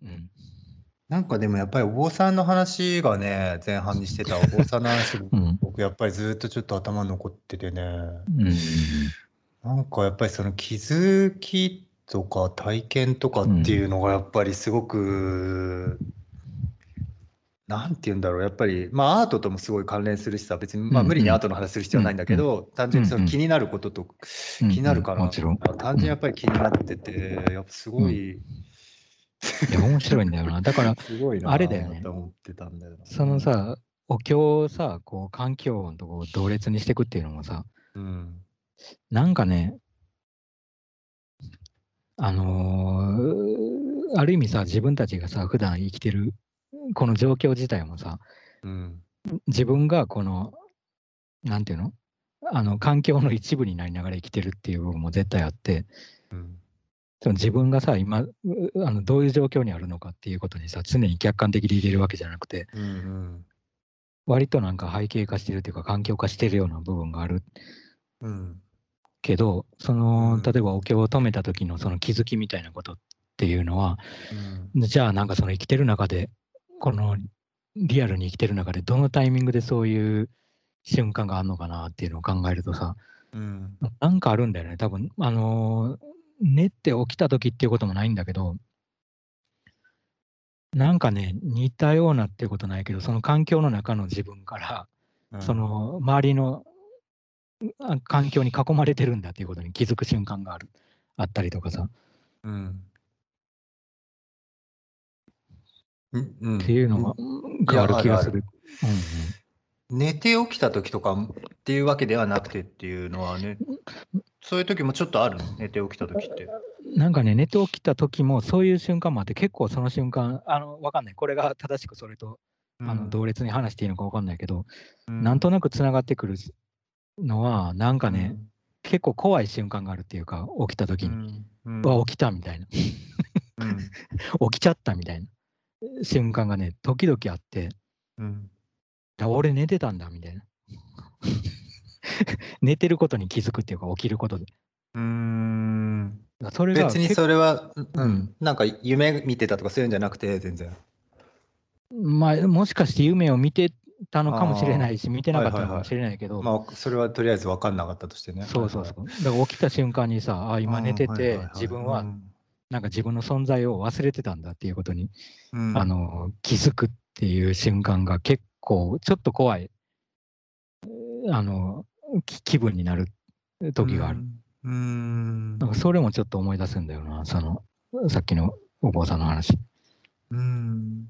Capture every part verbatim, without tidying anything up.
うん。 なんかでもやっぱりお坊さんの話がね、前半にしてたお坊さんの話、 うん。 僕やっぱりずっとちょっと頭に残っててね。 うんうんうんなんかやっぱりその気づきとか体験とかうん。 っていうのがやっぱりすごく、なんて言うんだろう、やっぱり、まあアートともすごい関連するしさ、別にうんうまあ無理にアーん。 トの話する必うん要はないんだうん。 けど、単純にその気うんうん。 になることと、気にうんうん。 なるから、 もちろん。 単純にやっうん。 ぱり気になってて、やっぱすうん。 ごい、 いや、面白いんだよな。だから、 すごいなあれだよね。 ぁと思ってたんだよな。 そのさ、お経をさ、こう、環境音とこう同列にしていくっていうのもさ、 うん。 なんかね、あのーある意味さ、自分たちがさ、普段生きてる、この状況自体もさ、 うん。 自分がこの、なんていうのあの、環境の一部になりながら生きてるっていう部分も絶対あって、 うん。 その自分がさ、今、うあのどういう状況にあるのかっていうことにさ、常に客観的に入れるわけじゃなくて、 うん。うん。 割となんか背景化してるというか、環境化してるような部分があるうん。 けど、その、例えばお経を止めた時のその気づきみたいなことっていうのは、 うん。 じゃあなんかその生きてる中で、このリアルに生きてる中で、どのタイミングでそういう瞬間があるのかなっていうのを考えるとさ、 うん。 なんかあるんだよね。多分、あのー寝て起きた時っていうこともないんだけど、なんかね、似たようなっていうことないけど、その環境の中の自分から、そうん。 の周りのあ環境に囲まれてるんだっていうことに気づく瞬間がある、あったりとかさ、っうん。うん。うん。 ていうのが、 いや、 があるあるある。 気がする。うん寝て起きた時とかっていうわけではなくてっていうのはね、そういう時もちょっとあるの？寝て起きた時って。 うん。なんかね、寝て起きた時もそういう瞬間もあって、結構その瞬間、あの、わかんない。これが正しくそれと、あの、 うん。 同列に話していいのかわかんないけど、 うん。 なんとなくつながってくるのは、なんかね、 うん。 結構怖い瞬間があるっていうか、起きた時に、 うん。ううわ、 ん。 起きたみたいな。 うん。 起きちゃったみたいな瞬間がね、時々あって、 うん。 だ俺寝てたんだみたいな。寝てることに気づくっていうか、起きることで。 うーん。 だそれが別に結それは、う構、うん。 うん、なんか夢見てたとかそういうんじゃなくて、全然。 まあ、もしかして夢を見てたのかもしれあないし、見てあ、はないはいはい。 かったのかもしれないけど、 まあ、それはとりあえず分かんなかったとしてね。はいはい。 そうそうそう。だから起きた瞬間にさ、あ、今寝うん、はいはいてて、 はい。 自分はうん。 なんか自分の存在を忘れてたんだっていうことに、あうん。 の、気づくっていう瞬間が結構、ちょっと怖い、あの、き気分になるう時がある。 ん。うーん。 なんかそれもちょっと思い出すんだよな、その、さっきのお坊さんの話。 うーん。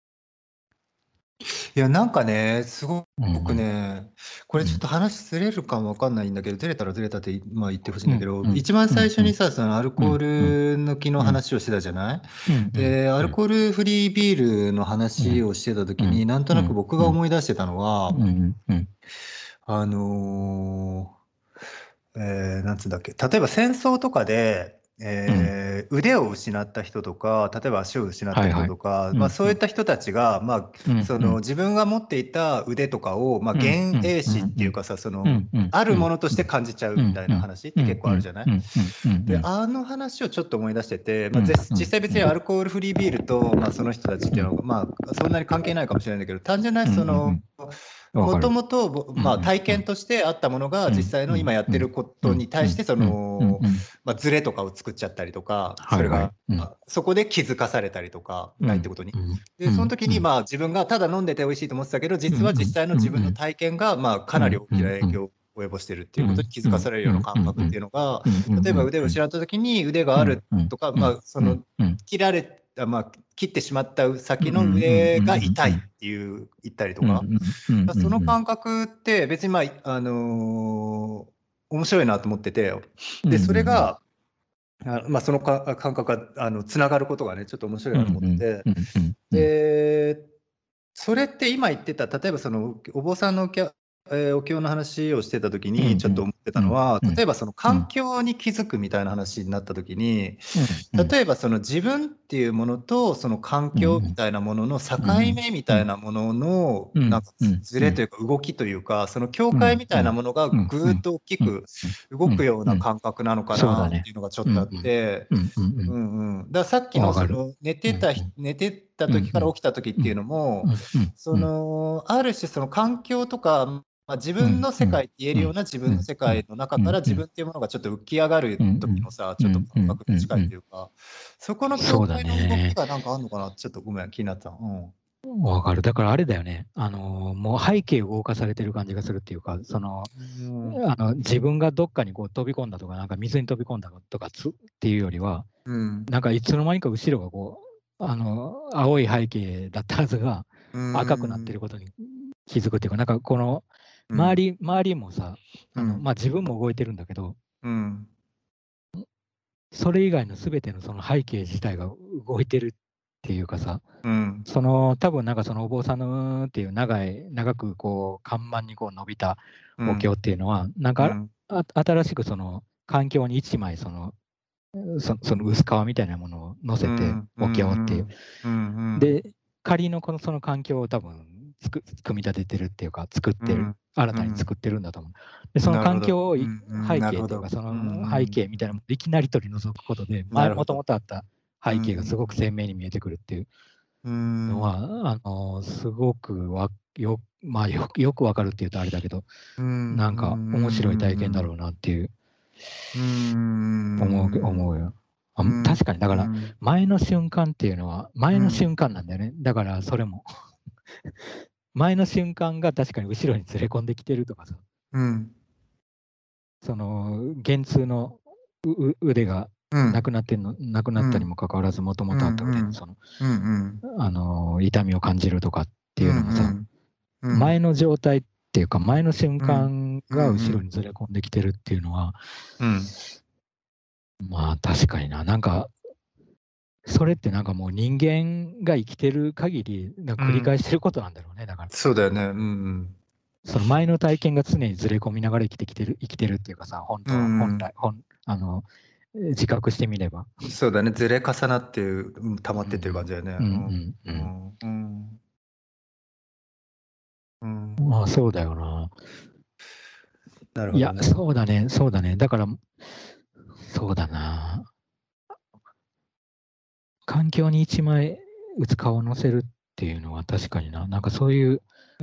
いや、なんかね、すごくうんうん。 ね、これちょっと話ずれるかもわかんないんだけど、ずれたらずれたって、まあ、言ってほしいんうんだけど、 うん一番うんうん最初にさ、そのアルコーうんうんル抜きのうん話をしてたじゃない？ うんうんで、アうんルコールフリービールの話うんをしてたうん時に、なんとうんなく僕がうん思い出してたのは、 うんうんあのー、えー、なんつうんだっけ、例えば戦争とかで、 うん。 えー腕を失った人とか、例えば足を失ったはいはい。 人とか、まあ、 うんうんそういった人たちが、まあ、そのうんうん自分が持っていた腕とかを、まあ、 うんうん幻影視っうんうんていうかさ、そのうんうんあるうんものとして感じちゃうみたいなうんうん話って結うんうん構あるじゃない？ うんうんうんで、あの話をちょっと思い出してて、まあ、 うんぜ実際別にアうんルコールフリービールと、まあ、その人たちっていうのが、まあ、そんなに関係ないかもしれないんだけど、単純なうんうその、 んうん。わもとかる。 もと、ぼうんうまあ、 んうん体験としてあったものが、実うん際の今やってるうんことうんに対して、そうんうんうんの、 うん。 まあ、ズレとかを作っちゃったりとか、そはいはい。 れが、 うん。 そこで気づかされたりとか、 うんないってことに。 うんうで、その時に、 んうんまあ、自分がただ飲んでて美味しいと思ってたけど、実は実うんうん際の自分のうんうん体験が、まあ、かなりうん大きなうん影響を及ぼしてるってうんいうことに気づかされるうんうんような感覚っていうんうのが、 うんうん例えばうんうん腕を失った時に腕がうんあるうんとか、まあ、 うんその、 うん切られあまあ、切ってしまった先のうんうんうん腕がうん痛いっていう言ったりとうんか、 うんうんそのうん感覚って別に、まあ、あの、面白いなと思ってて、で、 うんうんうんそれが、あ、まあ、そのか感覚が、あの、繋がることがね、ちょっと面白いうんなと思ってて、 うんうんうんで、それって今言ってた、例えばそのお坊さんのおきゃえーお経の話をしてた時に、ちょっとうんうん思っってたのは、 うん。 例えばそのうん。 環境に気づくみたいな話になった時に、 うん。うん。 例えばその自分っていうものとその環うん。 境みたいなものの境うん。 目みうん。 たいなものの、 うん。 なんかうん。 ずれというか動きというか、その境うん。 界みたいなうん。 ものがうん。 ぐーっと大きうん。 く動うん。 くよううん。 な感覚なのかそうだね。 なっていうのがちょっとあっうん。うん。 て、 うん。うん。うん。 うんうん。だからさっきのわかる。 その寝うん。 てたうん。 寝てたうん。うん。 時から起きた時っていううん。 のも、 うん。うん。 そうん。 の、ある種その環境とか、まあ、自うん。 分の世うん。 界って言えるよううん。 な自分のうん。 世界の中から自分っていうものがちょっと浮き上がうん。 る時のさ、 うん。 ちょっと感うん。うん。 覚に近いというか、そこの境そうだ界の動きね。 がなんかあんのかなってちょっとごめん、気になってた。うん。 わかる。だからあれだよね。あの、もう背景を動かされてる感じがするっていうか、その、 うん。 あの、自分がどっかにこう飛び込んだとか、なんか水に飛び込んだとかつっていうよりは、 うん。 なんかいつの間にか後ろがこう、あの、青い背景だったはずがう赤くなってん。 ることに気づくっていうか、なんかこのうん。 周り、周りもさ、あの、 うん。 まあ、自分も動いてるんだけど、 うん。 それ以外の全てのその背景自体が動いてるっていうかさ、 うん。 その多分なんかそのお坊さんのっていう長い、長くこう看板にこう伸びたお経っていうのは、なんかうん。 あ新しくその環境に一枚そのそその薄皮みたいなものを乗せてうん。うお経っていう。 ん。うん。 で、仮のこのその環境を多分つく組み立ててるっていうか、作ってる、 うん。 新うん。 たに作ってるんだと思う。で、そのなるほど。 環境をいうん。うん。 背なるほど。 景っていうか、そうん。 の背うん。 景みたいなのをいきなり取り除くことで、前もとなるほど。 もとあったう背景がすごくん。 鮮明に見えてくるっていううん。 のは、あの、すごくわよ、まあよく、よくわかるっていうとあれだけど、 うん。 なんうか面白い体験だん。 ろうなっていうう思う、 ん。 思うよ。あ、 うん。 確かに、だからうん。 前の瞬間っていうのは、前のうん。 瞬間なんだよね。だからそれも。前の瞬間が確かに後ろにずれ込んできてるとかさ、 うん。 その原痛のうう腕がうん。 なくなってんの、なくなったにうん。 もかかわらず、もとうん。 もとあった腕のうん。 その、 うん。 あの、痛みを感じるとかってうん。 いうのもさ、 うん。うん。 前の状態っていうか、前の瞬うん。 間うん。 が後ろにうん。 ずれ込んできてるっていうのは、 うん。 まあ確かにな、なんか、それってなんかもう人間が生きてる限り、なんか繰りうん。 返してることなんだろうね、だから。 そうだよね。うん。 その前の体験が常にずれ込みながら生きてきてる、生きてるっていうかさ、本う当、本ん。 来、本、あの、自覚してみれば。 そうだね。ずれ重なってる、うん、溜まってってる感うんじだよね。 うん。ううん。 んうんうん。うん。ううん。 ん。 まあそうだよな。いや、 なるほどね。 そうだね、そうだね。だから、そうだな。環境に一枚打つ顔を乗せるっていうのは確かにな。なんかそういううん。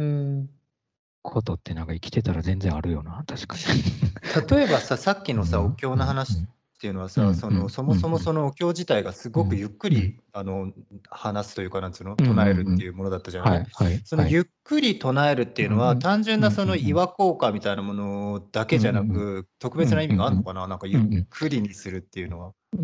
ことってなんか生きてたら全然あるよな、確かに。 例えばさ、さっきのさ、おうん経うんの話っていうのはうんうさ、その、 んそもそもうんそのお経自体がすうんうんごくゆっくうんり、あの、話すというか、なんつうの、 うんうん唱えるうん。 っていうものだったじゃない？ はいはいはい。 そのゆっくり唱えるっていうのは、 うんうん単純うんなそのうん岩効果みたいなものだけじゃなうんうんく、特うん別な意味があるうんのかな？なんかゆっうんうんくりにするっていうのは。 うん。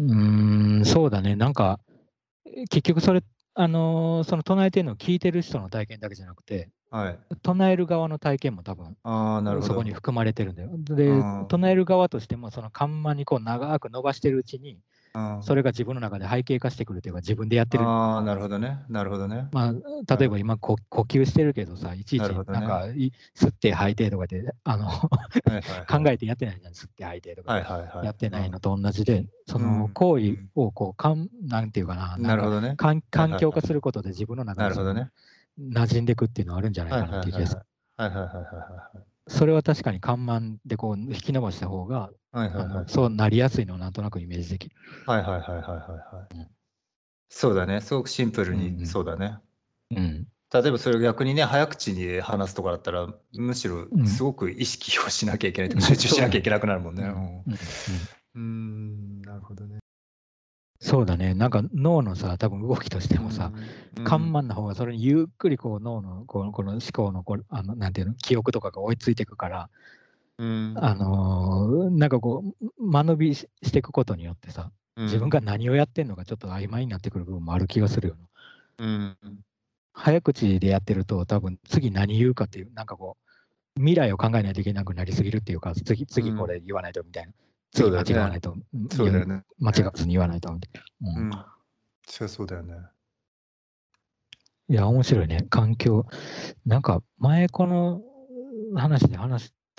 うーん、そうだね。なんか、結局それ、あの、その唱えてるのを聞いてる人の体験だけじゃなくて、 はい。 唱える側の体験も多分ああ、なるほそこにど。 含まれてるんだよ。 うで、 ん。 唱える側としても、その看板にこう長く伸ばしてるうちに、 うん。 それが自分の中で背景化してくるというか、自分でやってるああ、 のを、 なるほどね。なるほどね。 まあ、例えなるほど。 ば今こ、呼吸してるけどさ、いちいちなるほどね。 なんか、い吸って吐いてとかで、あのはいはいはい。 考えてやってないじゃん、吸って吐いてとかで。 はいはいはい。 やってうん。 ないのと同じで、そうのん。 行為うん。 をこう、かん、なんていうかな、なんか、 なるほどね。 環はいはい環境化はい。 することで自分の中にその、 なるほどね。 馴染んでいくっていうのはあるんじゃないはいかなっていう気がする。 はいはいはい。はいはいはいはいはいはい。 それは確かに看板でこう引き伸ばした方が、 はいはいあの、 はいはい。 そうなりやすいのをなんとなくイメージできる。 はいはいはいはいはいはい。 うん。 そうだね、すごくシンプルにうんそうだね。 うん。うん。 例えばそれを逆にね、早口に話すとかだったら、むしろうん。 すごく意識をしなきゃいけないとか、集中しそうだね。 なきゃいけなくなるもんね。 うん。うん。うん。 うん。うーん、なるほどね。 そうだね。なんか脳のさ、多分動きとしてうもさ、 ん、うん、 緩慢な方がそれにゆっくりこう脳のこのこの思考のこうあのなんていうの記憶とかが追いついていくから、 うん、 あのーなんかこう間延びししていくことによってさ、自分うん、 が何をやってんのかちょっと曖昧になってくる部分もある気がするよな。 うん、 早口でやってると多分次何言うかっていう、なんかこう未来を考えないといけなくなりすぎるっていうか、次、次こうん。 れ言わないとみたいな。次間そうだよね。 違わないと、言う、 そうだよね。 間違わずに言わないとみたいな。うん。 うん。そりゃそうだよね。 いや、面白いね。環境。なんか、前この話で話し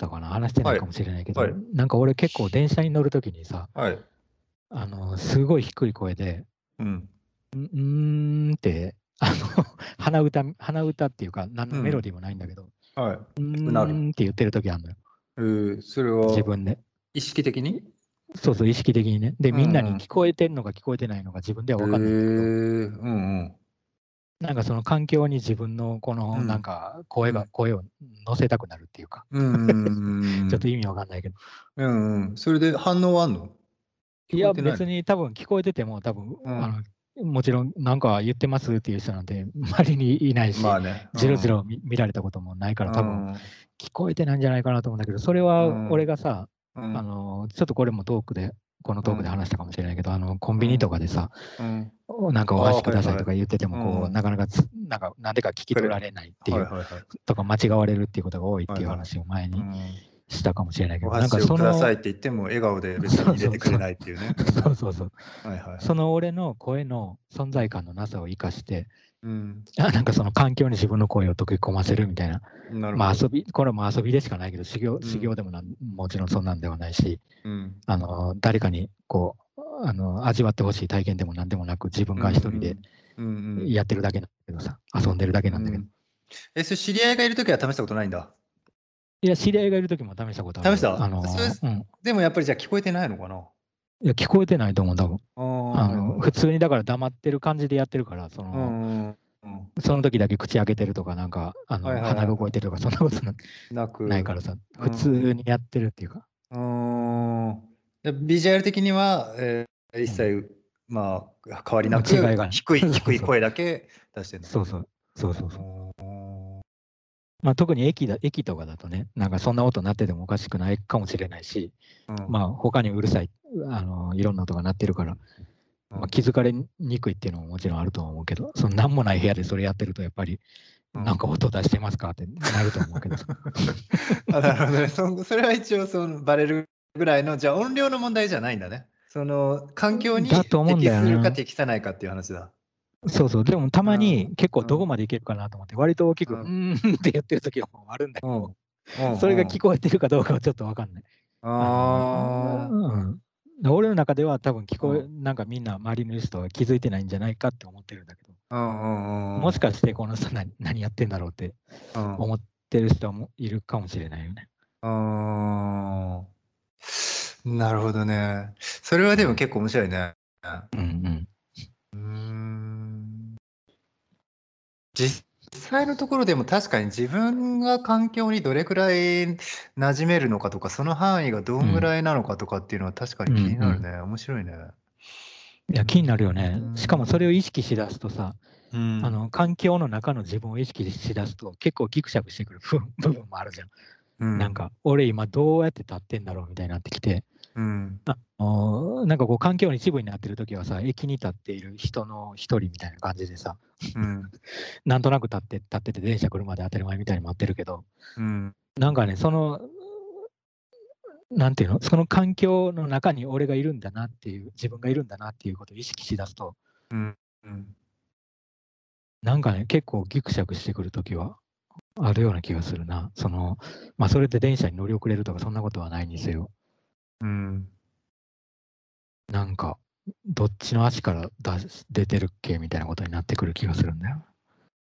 したかな、話してなはいいかもしれないけど、 はいなんか俺結構電車に乗るときにさ、 はい。 あの、すごい低い声で、 うん。 んうーんって、あの、鼻歌、鼻歌っていうか、何うん。 のメロディーもないんだけど、 はい。 うなる。 ーんって言ってるときあるのよ、 えー、それは自分で。 意識的に。 そうそう、意識的にね。で、みんなうんうん。 に聞こえてるのか聞こえてないのか自分ではえ分かんないんだけど、 ー、うんうん。 なんかその環境に自分のこのなんうん。 か声が、 うん。 声を乗せたくなるっていうか、 うんうんうんちょっと意味わかんないけど。 うんうん。それで反応はあんの？聞いや、 こえてないの？ 別に多分聞こえてても、多分うん。 あのもちろんなんか言ってますっていう人なんて周りにいないし、 まあね。うじろじろん。 見見られたこともないかうら、多分ん。 聞こえてないんじゃないかなと思うんだけど、それうは俺ん。 がさ、あうん。 のちょっとこれもトークで、このトークでうん。 話したかもしれないけど、あのコンビニとうん。 かでさ、 うん。 なんかおああ、 箸くださいとはいはい。 か言ってても、 うこう、なん。 かなかつ、なんか、なんでか聞きくれ。 取られないっていう、 はいはいはい。 とか間違われるっていうことが多いっていうはいはい。 話を前にうん。 したかもしれないけおど、なんか箸をくださいその、 って言っても笑顔で別にそうそうそう、 入れてくれないっていうね。 そうそうそう、 はいはいはい。 その俺の声の存在感のなさを生かして、 うん。 あなんかその環境に自分の声を溶け込ませるみたいな、 なるほど。 まあ遊び、これも遊びでしかないけど、修行、修行うん。 でもなんもちろんそんなんではないし、 うん。 あの、誰かにこう、あの、味わってほしい体験でもなんでもなく、自分うが一人でん。うん。うん。 やってるだけなんだけどさ、遊んでるだけなんだけど。 うん。え、それ知り合いがいるときは試したことないんだ。 いや、知り合いがいる時も試したことあるよ。あ試した？それ、 の、うん。 でもやっぱりじゃあ聞こえてないのかな？ いや、聞こえてないと思う、多分。 ああ、 あの、 はいはいはい。 普通にだから黙ってる感じでやってるから、そうの、 んうんうん。 その時だけ口開けてるとか、なんか、あの、 はいはいはい鼻が動いてはるとか、そんなことない。なく、 ないからさ、普通うん。 にやってるっていうか。 うーん。で、ビジュアル的には、えー一うん。 切、まあ、変わりまあ、違いなく、 がない。 低い低いそうそう。 声だけ出してんの？ そうそう。そううそうそう。 ーん。 まあ、特に駅だ、駅とかだとね、なんかそんな音鳴っててもおかしくないかもしれないし、 うん。 まあ、他にうるさい、あの、いろんな音が鳴ってるから、まあ、 うん。 気づかれにくいっていうのももちろんあるとは思うけど、その何もない部屋でそれやってると、やっぱり、 うん。 なんか音出してますかってなると思うけどさ。 あ、なるほどね。そそれは一応そのバレるぐらいの、じゃあ音量の問題じゃないんだね。その環境にだと思うん適だよな。 するか適さないかっていう話だ。 そうそう。でもたまうん。 に結構うん。 どこまでいけるかなと思って、割と大きく、ううん。 ーんって言ってる時もあるんだけど、 うん。うんそれがうん。 聞こえてるかどうかはちょっとわかんない。あの、 あうん。俺の中では多分聞あ。うこえ、 ん。 なんかみんな周りの人は気づいてないんじゃないかって思ってるんだけど、 うんうんうんうん。 もしかしてこの人何何やってんだろうってうん。 思ってる人もいるかもしれないよね。 ああ。なるほどね。それはでもうん。 結構面白いね。 うんうん。 うーん。実際のところでも確かに自分が環境にどれくらい馴染めるのかとか、その範囲がどうん。 んぐらいなのかとかっていうのは確かうに気にんうん。 なるね。面白いね。 いや、 うー気になるよね。しかもそれをん。 意識しだすとさ、 うん。 あの、環境の中の自分を意識しだすと、結構ギクシャクしてくる部分部分もあるじゃん。 うん。 なんか、俺今どうやって立ってんだろうみたいになってきて、 うん。 あの、なんかこう環境の一部になってる時はさ、駅に立っている人の一人みたいな感じでさ、 うん。 なんとなく立って立ってて電車来るまで当たり前みたいに待ってるけど、 うん。 なんかね、その、なんていうの、その環境の中に俺がいるんだなっていう、自分がいるんだなっていうことを意識しだすと、 うん。うん。 なんかね、結構ギクシャクしてくる時はあるような気がするな。その、まあ、それで電車に乗り遅れるとかそんなことはないにせよ、 うん。 なんか、どっちの足から出す出てるっけみたいなことになってくる気がするんだよ。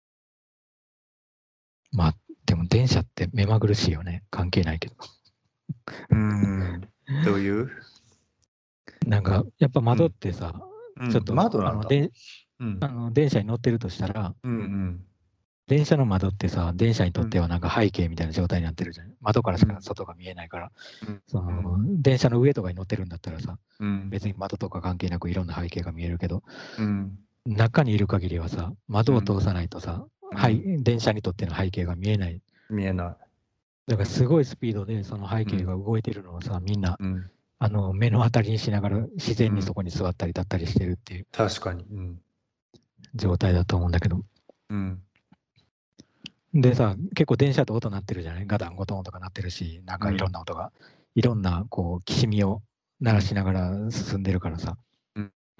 まあ、でも電車って目まぐるしいよね。関係ないけど。 うーん。どういう？ なんか、やっぱ窓っうん。 てさ、 うん。 ちょっと、あの、 窓なんだ。 でうん。 あの電車に乗ってるとしたら、 うんうん。 電車の窓ってさ、電車にとうん。 ってはなんか背景みたいな状態になってるじゃん。窓からしかうん。 外が見えないから、 うん。 そうん。 の電車の上とかに乗ってるんだったらさ、 うん。 別に窓とか関係なくいろんな背景が見えるけど、 うん。 中にいる限りはさ、窓を通さないとさ、はい、 うん。 電車にとっての背景が見えない。 見えない。 だからすごいスピードでその背うん。 景が動いてるのをさ、みんなうん。 あの目の当たりにしながら自然にそうん。 こに座ったり立ったりしてるっていう確かに。うん。 状態だと思うんだけど。 うん。 でさ、結構電車って音鳴ってるじゃない、ガタンゴトンとか鳴ってるし、なんかいろんうん。 な音が、いろんなこう、きしみを鳴うん。 らしながら進んでるからさ、 うん。うん。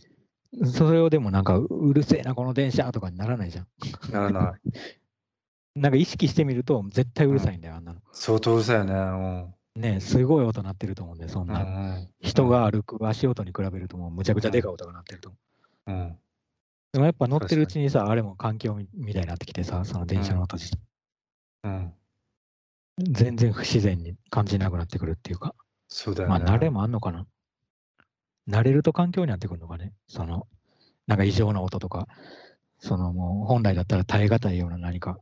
それをでもなんかうるせえな、この電車とかにならないじゃん。 ならない。 なんか意識してみると絶対うるさいんだよ、あんなの。 相当うるさいよね。うんね、すごい音鳴ってると思うんで、そんうな。 ん人が歩く足音に比べるともうむちゃくちゃでかい音が鳴ってると思う。 うんうんでもやっぱ乗ってるう確かに。 ちにさ、あれも環境みみたいになってきてさ、その電車の音自体うん全然不自然に感じなくなってくるっていうか、 そうだよまあ慣れね。 もあんのかな。慣れると環境になってくるのかね。その、なんか異常な音とか、そのもう本来だったら耐え難いような何か、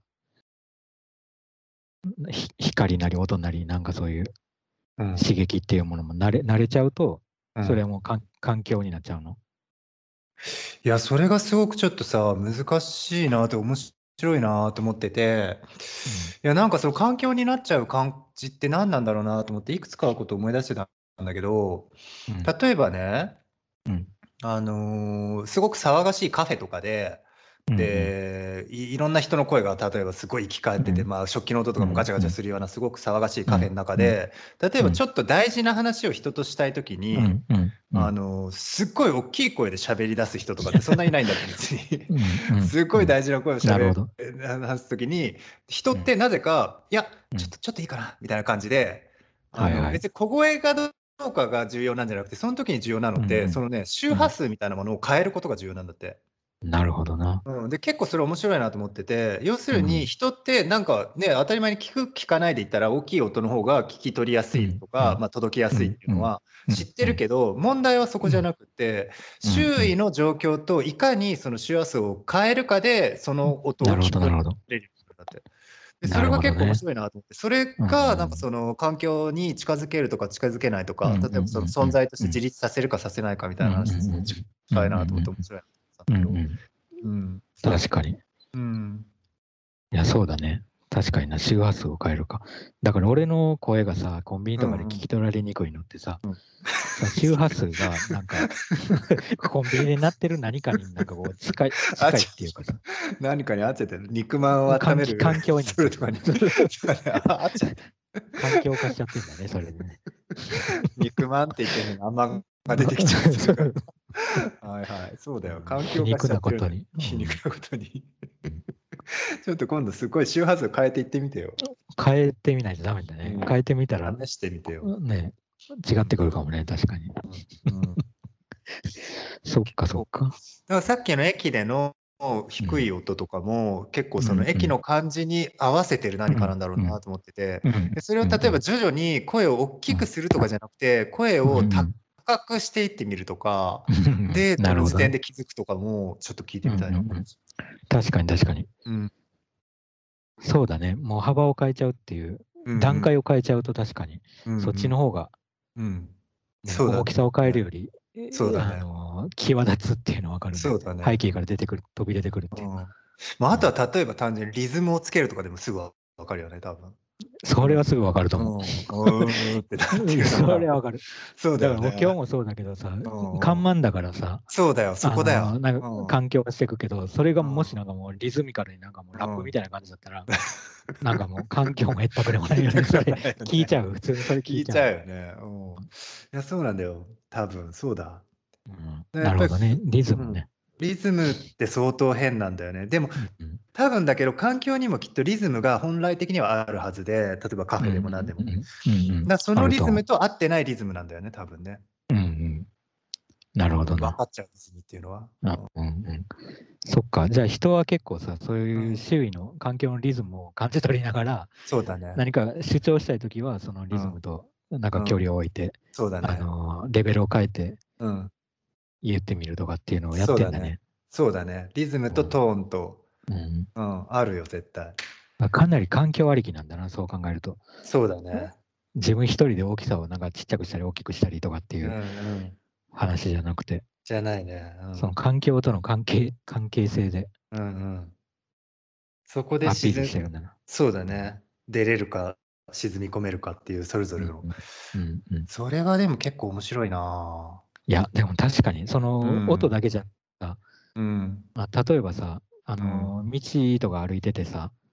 ひ光なり音なり、なんかそういううん刺激っていうものも慣れ慣れちゃうと、 うんそれはもうかん環境になっちゃうの。 いや、それがすごくちょっとさ、難しいなって面白いなと思ってて、 うん。 いや、なんかその環境になっちゃう感じって何なんだろうなと思って、いくつかのことを思い出してたんだけど、 うん。 例えばね、 うん。 あの、すごく騒がしいカフェとかで、 うん。 で、いいろんな人の声が例えばすごい行き交ってて、 うん。 まあ、食器の音とうん。 かもガチャガチャするようなすごく騒がしいうん。 カフェの中うん。 で、例えうん。 ばちょっと大事な話を人としたい時に、 うん。うん。うん。 あの、すっごい大きい声で喋り出す人とかってそんないないんだって、別に。 うん。うん。 すっごい大事な声を喋なるほど。 話す時に、人うん。 ってなぜか、いや、 うん。 ちょっとちょっといいかなみたいな感じで、あの、 はいはい。 別に小声がどうかが重要なんじゃなくて、その時に重要なのうん。 って、 うん。 そのね、周波うん。 数みたいなものを変えることが重要なんだって。 なるほどな。 うん、で、結構それ面白いなと思ってて、要するにうん。 人ってなんかね、当たり前に聞く聞かないで言ったら、大きい音の方が聞き取りやすうん。 いとか、 うん。 まあ、届きやすいっうん。うん。 ていうのはうん。 知ってるけど、問題はそこじゃなくて、 うん。 周囲の状況といかにその周波数を変えるかで、その音をなるほど、 聞くようになるほど。 なれるようになって。で、そなるれが結構面ほどね。 白いなと思って、それうん。 がなんかその環境に近づけるとか近づけないとうん。うか、 ん。 例えばそのうん。 存在としてうん。 自立させるかさせないかみたうん。 いな話とすごいうん。うん。 近いなと思って面白いなと思ってたんだうん。 けど、 うん。 うん、そう確かに。 うん。 いや、そうだね。確かにな、周波数を変えるか。だから俺の声がさ、コンビニとかで聞うんうん。 き取られにくいのってさ、 うん。 その周波数がなんかコンビニで鳴ってる何かになんかこう近い、 あ、 近いっちょていうかさ、 何かに合っちゃってる。肉まんを温環境める環境になっストちゃってる。 レートとかに、そうね、あ合っちゃってる。 環境化しちゃってんだね、それでね。 肉まんって言ってんのに、あんまんが出てきちゃってるから。はいはい、そうだよ。 うん、 環境化し皮肉ちゃってるんだよ。 なことに。う皮肉んなことに。 うん、 ちょっと今度すごい周波数変えていってみてよ。 変えてみないとダメだね。 うん。 変えてみたら、 試してみてよ。 ね、違うん。 ってくるかもね、確かに。 うん。うん。 そっかそっそう。 か。 だからさっきの駅での低いうん。 音とかも、結構うそのんうん駅の感じに合わせてる何かなうんんだろううんなと思ってて、 うんで、それを例えばうん徐々に声を大きくうんするとかじゃなくて、声うんうを高んくしていってみるとか、 うん。 データなるほどね。 の時点で気づくとかも、ちょっと聞いてうんうみたいな。 んうん。確かに確かに。 うん。 そうだね。もう幅を変えちゃうっていう、 うんうん。 段階を変えちゃうと確かに、そっうんうん。 ちの方がうん。 ね、 そうだ大きさを変えね。 るより、えあそうだね。 の、際立つっていうの分かるね。 そうだね。 背景から出てくる、飛び出てくるっていう。 うん。まあ、あとうん。 は例えば単純にリズムをつけるとかでもすぐわかるよね、多分。うん。 それはすぐ分かるとう思ん。うーんってなっう。うん、 てるのそれが、 は分かる。 そうだだからもう今日よね。 もそうだけどさ、 うんうん。 緩慢だからさ、 そうだよ、そこだよ。 あの、なんかうん。 環境がしていくけど、それがうん。 もしなんかもうリズミカルになんかもうラップうん。 みたいな感じだったら、なんかもう環境もへったくれもないよね。それないよね。 聞いちゃう。普通にそれ聞聞いいちゃう。 ちゃうよね。うん。いや、そうなんだよ。多分、そうだ。 うん、 で、やっぱり、 なるほどね。リズうん。 ムね。 リズムって相当変なんだよね。でも、 うんうん多分だけど、環境にもきっとリズムが本来的にはあるはずで、例えばカうんうフェでも何でも。 んうんうんうん。 だ、そのリズあると思ムと合ってないリズムなんだよね、多分ね。 う。うんうん。なるほどな。 分かっちゃうリズムっていうのは。うあ、 ん。 うんうん。そっか。じゃあ人は結構さ、そういううん。 周囲の環境のリズムを感じ取りながら、 そうだね。 何か主張したいときは、そのリズうん。 ムとなんか距うん。 離を置いて、あそうだね。 の、レベルを変えてうん。 言ってみるとかっていうのをやっそうだね。 てんだね。 そうだね。リズムうん。 とトーンと、 うん。 うん、あるよ、絶対。 まあ、かなり環境ありきなんだな、そう考えると。 そうだね。 自分一人で大きさをなんかちっちゃくしたり大きくしたりとかっていううんうん。 話じゃなくて、 じゃないね。うそのん。 環境との関係、関係性でうんうん。そこでアピール沈してるんだな。 そうだうん。 ね。出れるか、沈み込めるかっていうそれぞうんれの。 うん。うんうん。 それはでも結構面白いな。 いや、でも確かに、そうの音だん。 けじゃさ、 うん。 まあ、例えばさ、あうん。 の、道とか歩いててさ、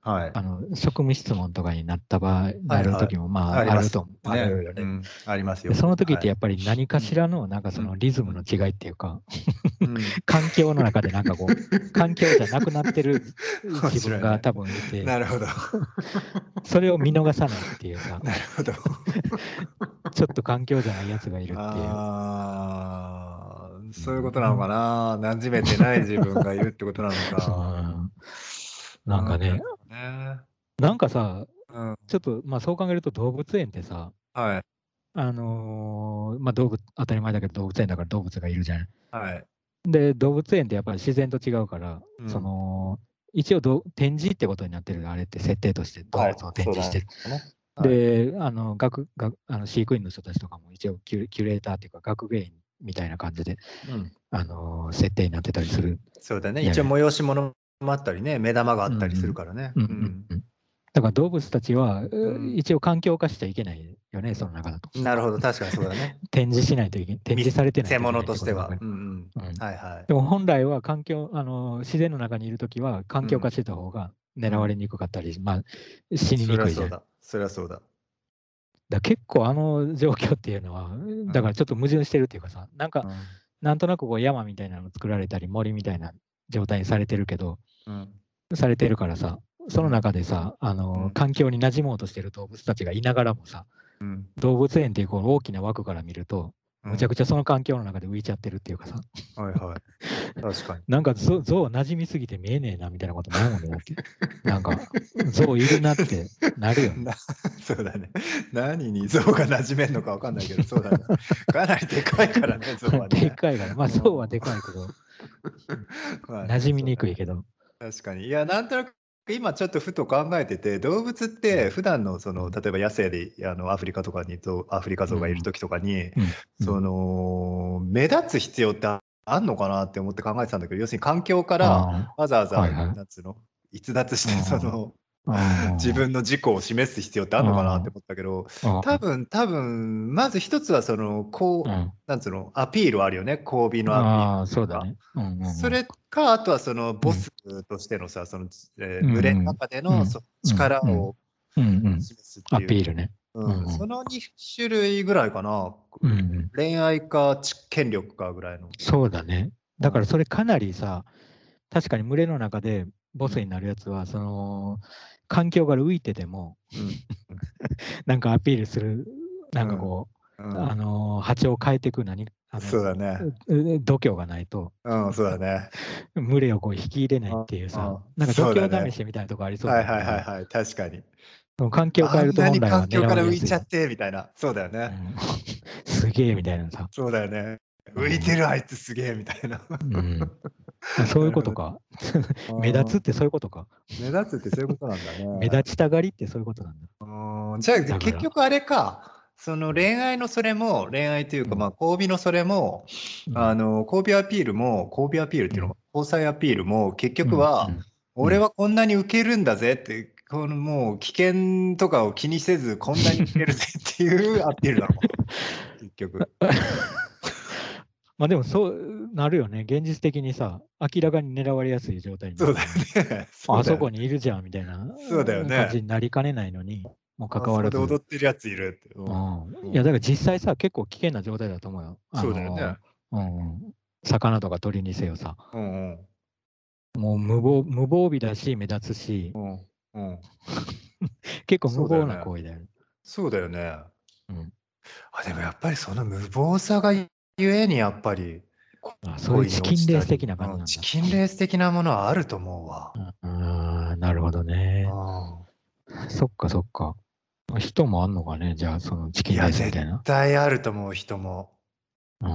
はい。 あの、職務質問とかになった場合、 はないるはい。 時も、まあ、 ありますあるとあね。 るよね。 うん、ありますで、 よ。 その時っはい。 てやっぱり何かうん、 しらのなんかそうん、 のリズうん、 ムの違いっていうか、 うん。 環境の中でなんかこう、環境じゃなくなってるじ面自分白いね。 が多分いて、 なるほど。 それを見逃さないっていうさ、 なるほど。 ちょっと環境じゃないやつがいるっていう。 ああ、 うそういうことなのかん。 な。馴染めてない自分がいるってことなのうか。 ん。 うん、ななんかね、 るほどね。 なんかさ、 うん、 ちょっと、まあそう考えると動物園ってさ、 はい、 あのーまあ動物、当たり前だけど動物園だから動物がいるじゃん。 はい。 で、動物園ってやっぱり自然と違うから、そうん。 の、一応ど展示ってことになってる、あれって設定として動はい、 物を展そうだ示してる。 ね。はい。 で、あの、学、学、あの飼育員の人たちとかも一応キュレ、キュレーターっていうか学芸員みたいな感じで、 うん。 あのー設定になってたりするそうだね。 じゃない。 一応催し物もあったりね、目玉があうんったりするうん。 からね。 うんうんうん。 うん。だから動物たちは、ううん。 一応環境化しちゃいけないよね、その中だと。 なるほど、確かにそうだね。 展示しないといけ、展見示されてないせ物といけないっとしては。 てことだから。 うんうん。 うん。 はいはい。 でも本来は環境、あの、自然の中にいるときは環うん。 境化してた方がうん。 狙われにくかったり、まあ、死にそにくいじゃん。だかりゃそうだ。そりゃそうだ。 ら結構あの状況っていうのは、 うん。 だからちょっと矛盾してるっていうかさ、なんか、 うん。 なんとなくこう山みたいなの作られたり、森みたいな状態にされてるけど、 うん。 されてるからさ、そのうん。 中でさ、あの、 うん。 環境に馴染もうとしてる動物たちがいながらもさ、 うん。 動物園っていうこの大きな枠から見ると、 うん。 むちゃくちゃその環境の中で浮いちゃってるっていうかさ、 はいはい。確かに。 なんかゾゾウ馴染みすぎて見えねえなみたいなことないもんね、だって。なんか、ゾウいるなってなるよね。 なそうだね。何に象が馴染めんのかわかんないけど、そうだね。かなりでかいからね、象はでね。 かいから、まあ、 うん。 ゾウはでかいけど、 まあね、 馴染みそうだね。 にくいけど。 確かに。いや、なんとなく今ちょっとふと考えてて、動物っうん、 て普段のその、 うん、 例えば野生であのアフリカとかにゾウアフリカゾウがいるうん、 時とかに、 うん、うそん。 の、目立つ必要ってあんのかなって思って考えてたんだけど、要するに環境からあわざわあ、はざ、 いはい。 なんつうの、逸脱してそあの、 あ、 自あ分の自己を示す必要ってあんのかなってあ、 思ったけど、 ああ、 多分多分、まず一つはその、こう、 うん。 なんつうの、アピールはあるよね。交尾のアピールああ、 っていうか。 そうだね。うん、うん、 それか、あとはそのうん。 ボスとしてのさ、その、えーうん、 群れのうん、 中でうん、 のそうん、うん、 力をうん、うん。 示すってアいう、 ピールね。うん、 うん、 うん、 そのに種類ぐらいかな。 うん、うん。 恋愛かち権力かぐらいの。 そうだね。だからうん、 それかなりさ、確かに群れの中でボスにうん、 なるやつは、その、環境から浮いてても、 うん、 なんかアピールする、なんかうん、 こう、あうん。 のー波長を変えていく何、あの、 そうだね。 う度胸がないと、 うん、そうだね。 群れをこう引き入れないっうん、 ていうさ、 うん、 なんか度そうだね。 胸試しみたいなとこありそうはいはいはいだけど、 はい、確かに。 その環境を変えるとあんなに本来は狙環境から浮われやすいじいちゃってみたいな。そうだよね。 ゃん。うん、すげえみたいなさ。 そうだよね。 うん。 浮いてるあいつすげえみたいな。 うん。あ、そういなるほど。 うことか。目ああ、 立つってそういうことか。 目立つってそういうことなんだ目ね。 立ちたがりってそういうことなんだ。 うーん、じゃあ、 だから。 結局あれか、そのうん。 恋愛のそれも、恋愛というか、まあ、 うん。 交尾のそれも、 うん。 あの、交尾アピールも、交尾アピールっていうのうん。 か、交際アピールも、結うん。 局は、 うん。う俺ん。 はこんなに受けるんだぜって、このもう危険とかを気にせず、こんなに受けるぜっていうアピールなのかな、結局。 まあでもそうなるよね。現実的にさ、明らかに狙われやすい状態になそうだよったら、 ね。そああそうだよね。 こにいるじゃんみたいなそうだようん感じね。 になりかねないのに、もかあそこでかわらず、 踊ってるやついるって。ううん。 ん。いや、 うん。 だから実際さ、結構危険な状態だと思うよ。あそうだよね。 の、うんうん、魚とか鳥にせよさ。 うんうん。 もう無防無防備だし、目立つし、 うん。うん。 結構無謀なそうだよね。 行為だよね。 そうだよね。 うん。 あ、でもやっぱりその無謀さがゆえにやっぱり、こあ、そういう恋にチキンレース的落ちたり、うん、 な感じなんだ。 チキンレース的なものはあると思うわ。 ああ、なるほどうね。 ん。 そっかそっか。人もあんのかね、じゃあ、そのチキンレいや、絶ースみたいな。 対あると思う、人も。 うん。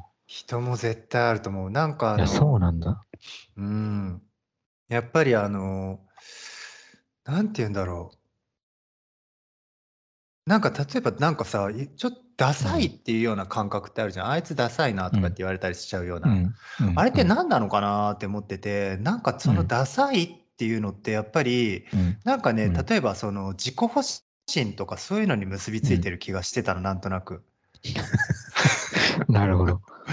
人も絶対あると思う。なんかあいや、 の、 そうなんだ。 うん、やっぱりあの、なんて言うんだろう。なんか例えばなんかさ、いちょっとダサいっうん。 ていうような感覚ってあるじゃん。あいつダサいなとかってうん。 言われたりしちゃうような。 うん。うん。 あれってうん。 何なのかなって思ってて、なんかそのうん。 ダサいっていうのってやっぱり、 うん。 なんかね、 うん。 例えばその自己保身とかそういうのに結びついてうん。 る気がしてたの、なんとなく。 なるほど。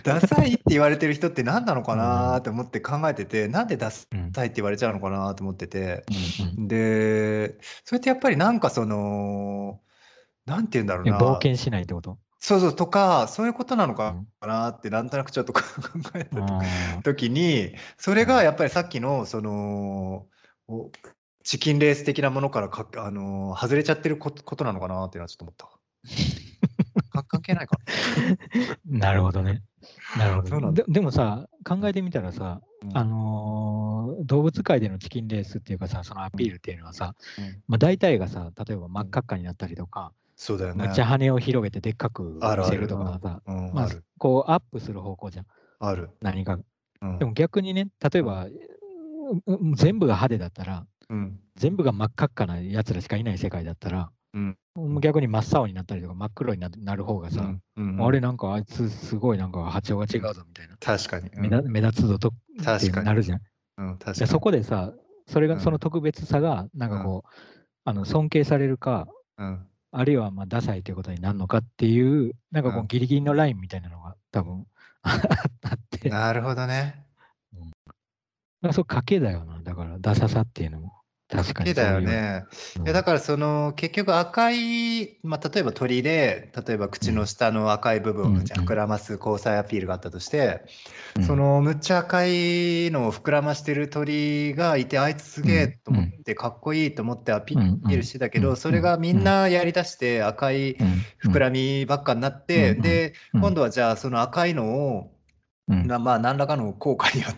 ダサいって言われてる人って何なのかうん。 なって思って考えてて、なんでダサうん。 いって言われちゃうのかなと思ってて、 うんうん。 で、それってやっぱりなんかその、なんて言うんだろうえ、冒な、 険しないってこと？ そうそう、とか、そういうことなのかうん。 なってなんとなくちょっと考えたとああ。 時に、それうん。 がやっぱりさっきのその、おチキンレース的なものからかあの、外れちゃってることことなのかなっていうのはちょっと思ったわ。か関係ないかなるほどね。なるほな。 ど。 そうなんだ。 ででもさ、考うん。 えてみたらさ、あうん。 の、動物界でのチキンレースっていうかさ、そのアうん。 ピールっていうのはさ、 うん。 ま、大体がさ、例えば真っうん。 赤っかになったりとか、 そうだよむっちゃね。 羽を広げてでっかく見せるあるある。うん。 とかさ、 うん、 ま、 ある。 こうアップする方向じゃん、 ある。 何か。 うん。 でも逆にね、例えうん。 ば、うう全部が派手だったら、 うん。 全部が真っ赤っかな奴らしかいない世界だったら、 うん。 もう逆に真っ青になったりとか真っ黒にななる方がさ、 うん。うんうあれん。 なんかあいつすごいなんか波長が違うん。 うぞみたいな。 確かに。う目だん。 目立つぞとって確かに。 なるじゃん。 うん、確で、そかに。 こでさ、それがそのうん。 特別さが、なんうん。 かこう、あの、尊敬されるか、 うん。 あるいは、ま、ダサいということになんのかっていう、なんかこううん。 ギリギリのラインみたいなのが多分あって。 なるほどね。 うん。ま、そ、賭けだよな、だからダサさっていうのも、確かに賭けだそういう、 よね。いやだうん。 からその結局赤い、ま、例えば鳥で、例えば口のうん。 下の赤い部分うをめちゃ膨んうん。 らます交際アピールがあったとして、 うん。 そのむっちゃ赤いのを膨らましてる鳥がいて、あいつすうげえと思っんうん。 てかっこいいと思ってアピうんうールん。 してたけど、 うんうんそれがみんうん。 なやり出して赤いうんう膨らん。 みばっかになっうんうて、 ん。 で、 うん。 今度はじゃあその赤いのを、 うん。 なまあ、何らかの効果によって、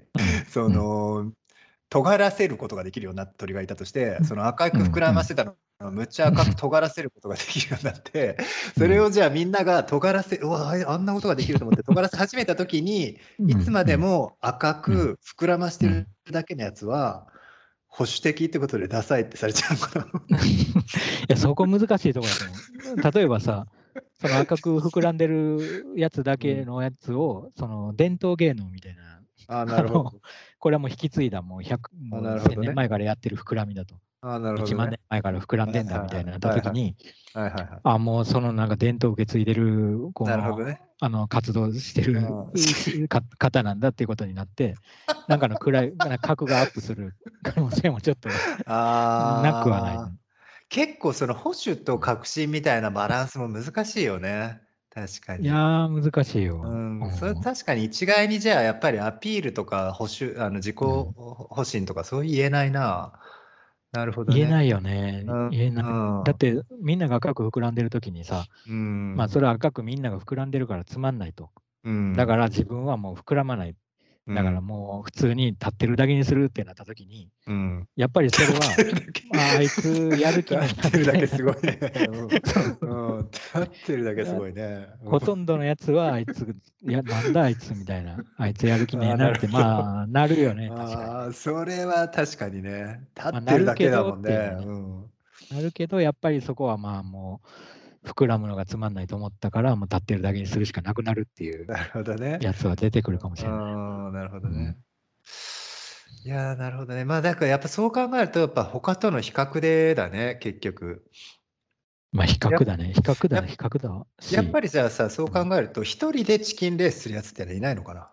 うん。 そうん。 の尖らせることができるような鳥がいたとして、 うん。 その赤く膨うんうん。 らましてたのがむっちゃ赤く尖らせることができるようになって、 うん。 それをじゃあみんなが尖らせうわ、ああんなことができると思って尖らせ始めた時に、 うんいつまうん。 でも赤うん。 く膨らましてるうん。 だけのやつは、保守的ってことでダサいってされちゃうのかな。 いや、そこ難しいとこだと思う。例えばさ、その赤く膨らんでるやつだうん。 けのやつを、その伝統芸能みたいな、 ああ、なあの、 るほど。 これはもう引き継いだもうひゃくあ、 もう1000 なるほどね。 年前からやってる膨らみだと。 ああ、なるほど 1万ね。 年前から膨らんはいでんだみたいななったはいはい。はいはい。 時に、 はいはいはい。 あ、もうそのなんか伝統を受け継いでる、この、 なるほどね。 あの、活動してうる、 ん。 しか方なんだっていうことになって、なんかの位な格がアップする可能性もちょっとなくはない。 ああ、結構その保守とうん。 革新みたいなバランスも難しいよね。確かに。 いや、難しいよ。ううん、それん。 確かに一概にじゃあやっぱりアピールとか保守あの自己うん。 保身とかそう言えないな。なるほどね。 言えないよね。 うん、 言えない。 うん。 だってみんなが赤く膨らんでる時にさ、 うま、そん。 れは赤くみんなが膨らんでるからつまんないと。 うん。 だから自分はもう膨らまない。だからうん。 もう普通に立ってるだけにするってなった時に、 うん。 やっぱりそれは、 立ってるだけまあ、あいつやる気ないな立ってるだみたいな。 けすごいね。うん。 そう。 うん、立ってるだけすあ、 ごいね。うん。 ほとんどのやつはあいつ、いや、なんだあいつみたいな、あいつやる気ねああ、 えなって、 なるほど。 まあ、なるよね、確かにね。 ああ、それは確かにね。立まあ、 ってなるだけだるけどっもんね。 ていうのはね。 うん。 なるけど、やっぱりそこはまあ、もう、膨らむのがつまんないと思ったから、もう立ってるだけにするしかなくなるっていうなるほどね。 やつは出てくうるかもしれない。 ん、うーん、なるほうん。 どね。いや、なるほどね。まあ、だからやっぱそう考えると、やっぱ他との比較でだね、結局。 まあ、比や較だね。比較だね、 や比較だやっぱし、 りじゃあさ、そううん。 考えると、一人でチキンレースするやつってのはいないのかな？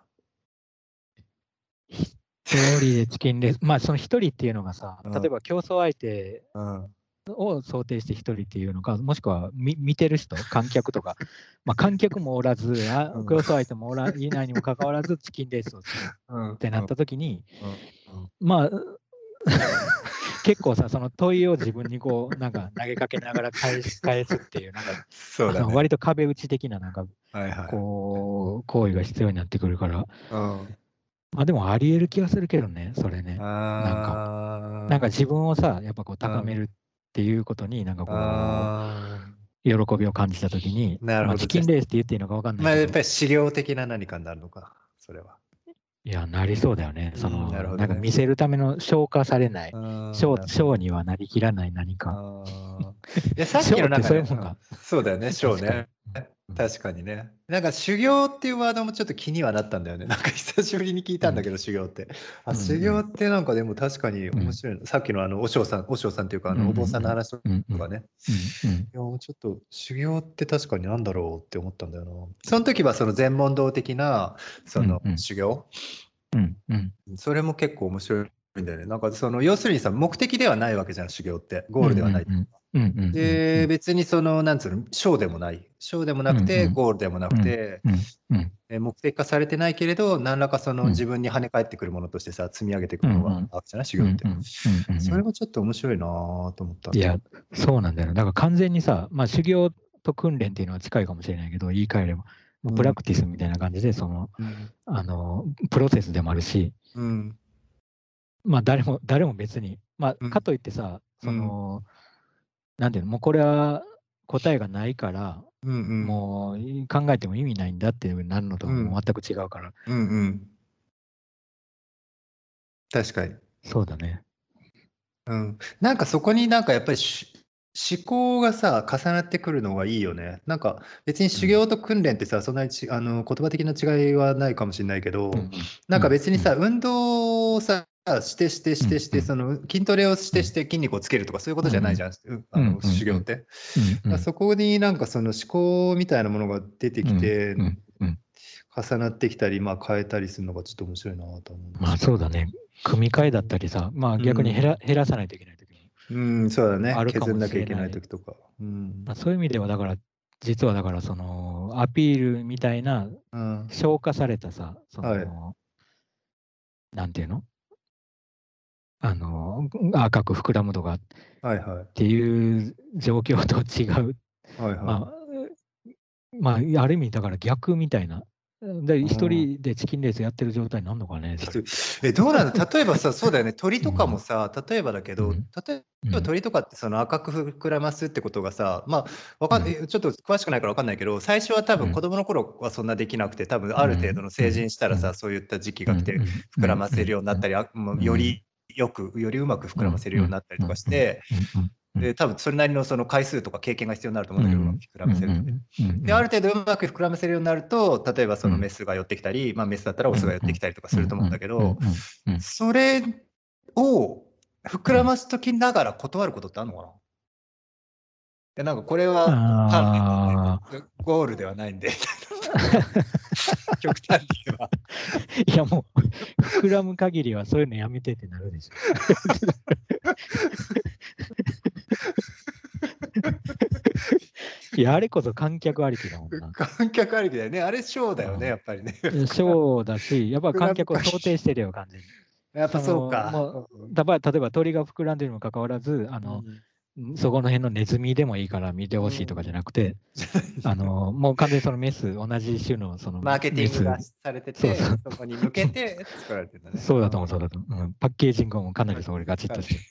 ひとりでチキンレース、まあ、そのひとりっていうのがさ、 うん。 例えば競争相手うん。 を想定してひとりっていうのか、もしくはみ見てる人、観客とか、まあ、観客もおらず、あ、 うん。 競争相手もおらいないにもかかわらずチキンレースをするうんってなっうんた時に、 うんうん。 まあ、結構さ、その問いを自分にこう、なんか投げかけながら返す返すっていう、なんか、あの、 そうだね。 割と壁打ち的ななんか、 はいはい。 こう、行為が必要になってくるから、 うん。 ま、でもあり得る気がするけどね、それね。なんか。なんかあ自分をさ、やっぱこうあ、うん。 高めるっていうことに、なんかこああ。 う、喜びを感じた時に、ま、 なるほど、じゃ、 チキンレースって言っていいのか分かんないま、 けど、 やっぱり修行的な何かになるのか、それは。 いや、なりそうだよね。 うん、なるその、 ほどね。 なんか見せるための消化されない、 うーん、 ショーショーなるほどね。 にはなりきらない何か。 ああ。いや、さっショーってきのなんかね、うん、 そういうもんか。 そうだよね、ショー確かに。 ね。 うん。 うん。 確かにね。なんか修行っていうワードもちょっと気にはなったんだよね。なんか久しぶりに聞いうたんだん。 けど、修行って。あ、 うん修行ってなんかでも確かにうん。 面白いの。さっきのあの、和尚さん和尚さんっていうか、あうんうの、お坊さんのん話とうん。うんかね。 うんうん。 いや、ちょっと修行って確かになんだろうって思ったんだよな。その時はその禅問答的な、そのうんうん。 修行うんうん。 それも結構面白いんだよね。なんかその、要するにさ、目的ではないわけじゃん、修行って。ゴうんうールではない。 んうん。うんうんうんうで、 ん。 別にその、なんつうの、ショーでもない。ショーでもなくて、 うんうんゴールでもなうんくて、 うんうんえ目的化されてないけれど、何らかそのうん自分に跳ね返ってくるものとしてさ、積み上げていくうんものがあるじゃない、修う行って。 んうんうんうんうん。 それもちょっと面白いなぁと思ったんだよ。 いや、そうなんだよな。だから完全にさ、まあ修行と訓練っていうのは近いかもしれないけど、言い換えれば、もうプラうん、 クティスみたいな感じで、その、 うん、 あの、プロセスでもあるし、 うん、 まあ誰も、誰も別に、まあかうん、 といってさ、そうん、 の、なんていうの、もうこれは答えがないから、 うん、 もう考えても意味ないんだっていうふうになるのとはもうん、 う全く違うから、 うん、うん。確かに。 そうだね。 うん。なんかそこになんかやっぱりし思考がさ、重なってくるのがいいよね。なんか別にうん。 修行と訓練ってさ、そんなにちあの言葉的な違いはないかもしれないけど、 うんうんなんかうんうん別にさ、運動をさ、してしてしてして、 うんその筋トレをしうんてして筋肉をつけるとかそういうこうんうんとじゃないじゃん、うあのうんうんうん修行って。だかうんうんらそこになんかその思考みたいなものが出てうんきて、 うんうん。 重なってきたり、まあ変えたりするのがちょっと面白いなと思うんでまあすけど。 そうだね。組み替えだったりさ、まあう逆に減らん。 減らさないといけない時うん、そうだね。 もあるかも削んなきゃいけなしれない。 い時とか。うん。 まあ、そういう意味では、だから、実はだから、その、アピールみたいな、 うん。 消化されたさ、そはい。 の、なんていうのあの、赤く膨らむとかっはいはい。 ていう状況と違う。 はいはい。 まあ、まあ、ある意味、だから逆みたいな。で、 うん。 一人でチキンレースやってる状態になるのかね、それ。 ひとえ、どうなんだ例えばさ、そうだよね、鳥とかもうん。 さ、例えばだけど、 うん。 例えばうん。 鳥とかってその赤く膨らますってことがさ、まあ、わかんうん。 えちょっと詳しくないからわかんないけど、最初は多うん。 分子供の頃はそんなできなくて、多分ある程度うん。 の成うん。 人したらさ、 うん。 そういった時期うん。 が来て、 うん。 膨らませるようになったり、あ、もううん。 よりよく、よりうまく膨うん。 らませるうん。 ようになったりとかうん。うん。 して、 うん。うん。うん。 で、多分それなりのその回数とか経験が必要になると思うんだけど、うまくうん。 膨らうん。 ませるのに。 うん。うで、あん。 る程度うまく膨らませるようになると、例えばそのメうん。 スが寄ってきたり、まあ、メスだったらオスがうん。 寄ってきたりとかうん。 すると思うんだうん。うん。 けど、 うん。 それを膨うん。 らますときながら断ることってあるのかな？で、なんかこれは鍛錬あなんで、ゴールではないんで、極端に言えば。 あ、いやもう、膨らむ限りはそういうのやめてってなるでしょ。いや、あれこそ観客ありきだもんな。 観客ありきだよね。あれショーだよね、 うん。 やっぱりね。 シ膨らョーだし、やっぱ膨らむ観客を想限り。 定してるよ、完全に。 やっぱそうその、 か。 もう、たば例えば鳥が膨らんでるにもかかわらず、あの、 うん。 そこの辺のネズミでもいいから見てほしいとかじゃうん。 なくて、あの、もう完全にそのメス、同じ種のそのマーケティングメス、 がされてて、 そうそう、 そこに向けて作られてるんだね。 そうだと思う、 うん。 そうだと思う。うん、パッケージングもかなりそれガチッとしてる。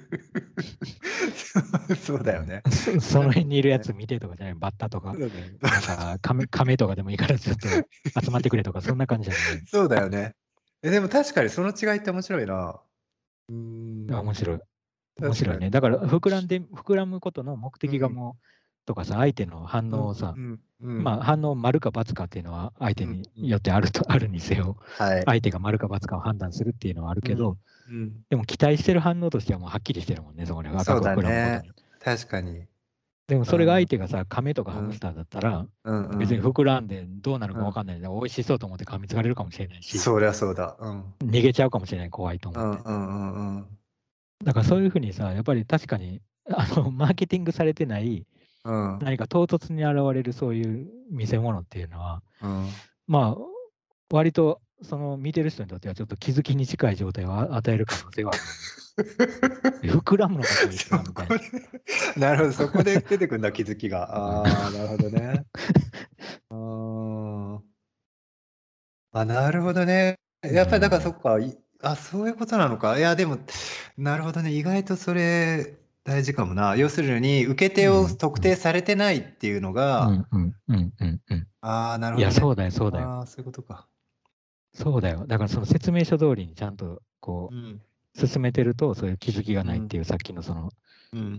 そうだよね。 うん、そそなるの辺にいるやほどね。 つ見てとかじゃない、バッタとか、 そうだね。 なんか亀、亀とかでもいいからちょっと集まってくれとか、そんな感じじゃない。 そうだよね。え、でも確かにその違いって面白いな。うーん、 面白い。面確かに。 白いね。だから膨らんで、膨らむことの目うん、 的がもう、とかさ、相手の反うん、 応をさ、 うん、うん、 まあ反応丸か×かっていうのは相うん、 手にうん。 よってあると、あるにせよ、 はい。 相手が丸か×かを判断するっていうのはあるうん、 けど、 うん。 でも期待してる反応としてはもうはっきりしてるもんね、そこに赤そうく膨らむことだね。 に。 確かに。 でもそれがうん、うん、 相手がさ、亀とかハムスターだったら、 うん、うん。 別に膨らんでどうなるうん。 か分かんないで、美味しそうと思って噛みつかれるかもしれないし、 そりゃそうだ。うん。 逃げちゃうかもしれない、怖いとうん、 思って。 うん、うん、うん。 だからそういうふうにさ、やっぱり確かに、あの、マーケティングされてないうん、 何か唐突に現れるそういう見せ物っていうのは、 うん。 まあ、割とその見てる人にとってはちょっと気づきに近い状態をあ与える可能性はあるよね。え膨らむのか、こいつそは、みたいな。 こで、なるほど、そこで出てくるんだ、気づきが。ああ、なるほどね。うーん。あ、なるほどね。 うやっぱりだからそん。 っか、いあ、そういうことなのか。いや、でも、なるほどね、意外とそれ大事かもな。要するに、受け手をうん。うん。 特定されてないっていうのが、 うん。うん。うん。うん。うん。 ああ、なるいや、 ほどね。 そうだよ、そうだよ。 ああ、そういうことか。 そうだよ。だからその説明書通りにちゃんとこうん、 う進めてると、そういう気づきがうん、 ないっていう、さっきのその、 うん。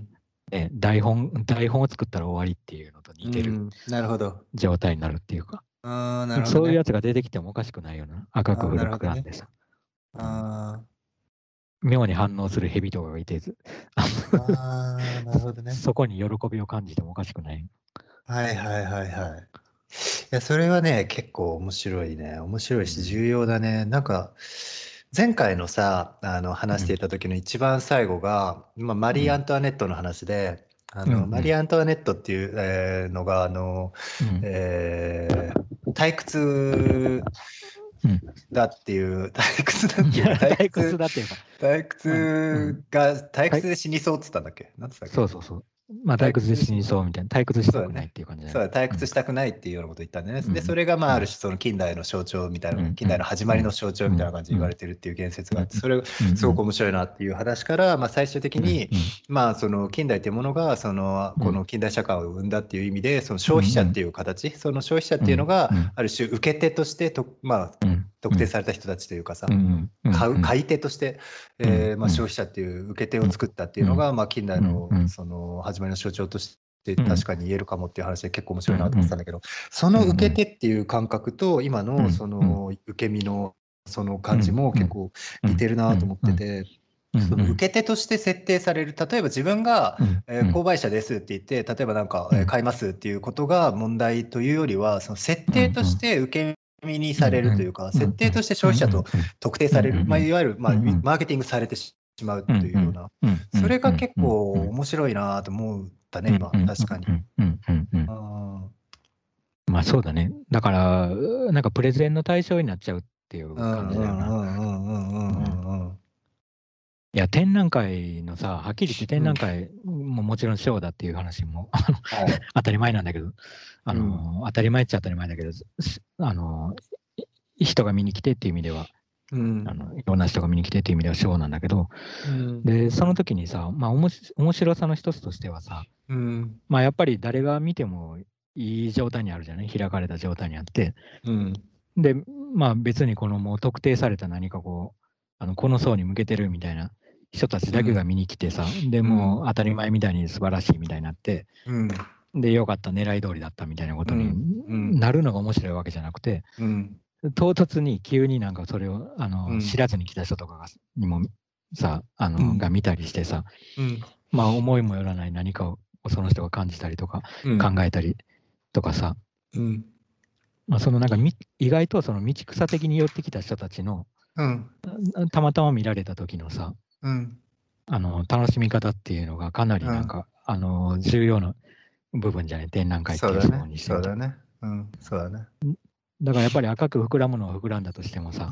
ね、台本、台本を作ったら終わりっていうのと似てるうん、なるほど。 状態になるっていうか、 ああ、なるほどね。 そういうやつが出てきてもおかしくないよな。赤ああ、なく古るほどね。 くなんでさ。うん、 あ妙に反応する蛇とかがいて、ああ、 のああ、なるほどね。 そこに喜びを感じてもおかしくない。 はいはいはいはい。いや、それはね、結構面白いね。面白いし、 うん。 重要だね。なんか、前回のさ、あの、話していうん。 た時の一番最後が、まあ、マリー・アうん。 ントワネットの話で、あうん。うの、マリー・ん。 アントワネットっていう、えーのが、あの、 うん。 えー退屈うん。 だっていう、退屈だっていうか、 いや、退屈退屈、 だっていうか、 退まあ、うん。 屈が、退退屈で死にそうっつったんだっけ？なんつったっけ？ そうそうそう。まあ、退退屈で死屈で死にそうみたいな、退屈したくないっそうだね。 ていう感じだね。 そうだ、退うん。 屈したくないっていうようなことを言ったんだよね。で、そうん。 れがまああるうん。 種その近代の象徴みたいな、 うん。 近うん。 代の始まりのうん。 象徴うん。 みたいな感じでうん。 言われてるっていう言説があって、 うん。 それがうん。 すごく面白いなっていう話から、まあ、最終的うん。 に、まあ、その近代というものがそのうん。 この近代社会を生んだっていう意味で、そのうん。 消費者ってうん。 いう形、その消費者っうん。 ていうのがうん。 ある種受け手としてと、まあ、 うん。 特定された人たちというかさ、 うん。うん。 買ううん。 買い手として、 うん。 えーまあ、 うん。 消費者っていう受け手うん。 を作ったっていううん。 のが、まあ、近代うん。うん。 のその始まりの象徴としてうん。 確かに言えるかもっていう話で結構面うん。 白いなと思ってたんだけど、そうん。 の受け手っていう感覚と今うん。 のそうん。 の受け身のその感じうん。うん。 も結構似うん。 てるなと思ってて、 うん。 その受け手として設定される、例えば自分が、 うん。 えーうん。 購買者ですって言って、例えばなんか、 うん。 えー買いますっていうことが問題というよりは、その設うん。 定として受け身にうん。 されるというか、 うん。 設定としてうん。 消費者と特定される、まあ、いわゆる、まあ、マーケティングされてしまうというような、それが結構面白いなと思ったね、今、確かに。うん、 まあそうだね。だから、なんかプレゼンの対象になっちゃうっていうう感んうんうじだよな。 んうんうんううん。 んうんうん。 いや、展覧会のさ、はっきり言って展うん、 覧会ももちろんショーだっていう話もあのはい。 当たり前なんだけど、あうん、 の、当たり前っちゃ当たり前だけど、すあの、い人が見に来てっていう意味では、 うん、 あの、いろんな人が見に来てっていう意味ではショーなんだけど、 うん、 で、その時にさ、まあ、おもし面白さの一つとしてはさ、 うん、 まあ、やっぱり誰が見てもいい状態にあるじゃない、開かれた状態にあって。 うん、 で、まあ別にこのもう特定された何かこう、あのこの層に向けてるみたいな人たちうん、 だけが見に来てさ、でうん、 もう当たり前みたいに素晴らしいみたいになって、 うん、 で、よかった、狙い通りだったみたいなことにうん、うん、 なるのが面白いわけじゃなくて、 うん、 唐突に急になんかそれをあうん、 の知らずに来た人とかがにもさ、あうん、 のが見たりしてさ、 うん、 まあ思いもよらない何かをその人が感じたりとかうん、 考えたりとかさ、 うん、 まあ、そのなんかみ意外とその道草的に寄ってきた人たちのうん、 たまたま見られた時のさ、 うん、 あの楽しみ方っていうのがかなりうん。 なんかあの重要な部分じゃない、展覧会っていう層そうだね、 にしてみて。 そうだね。うん、そうだね。 だからやっぱり赤く膨らむのは膨らんだとしてもさ、 うん、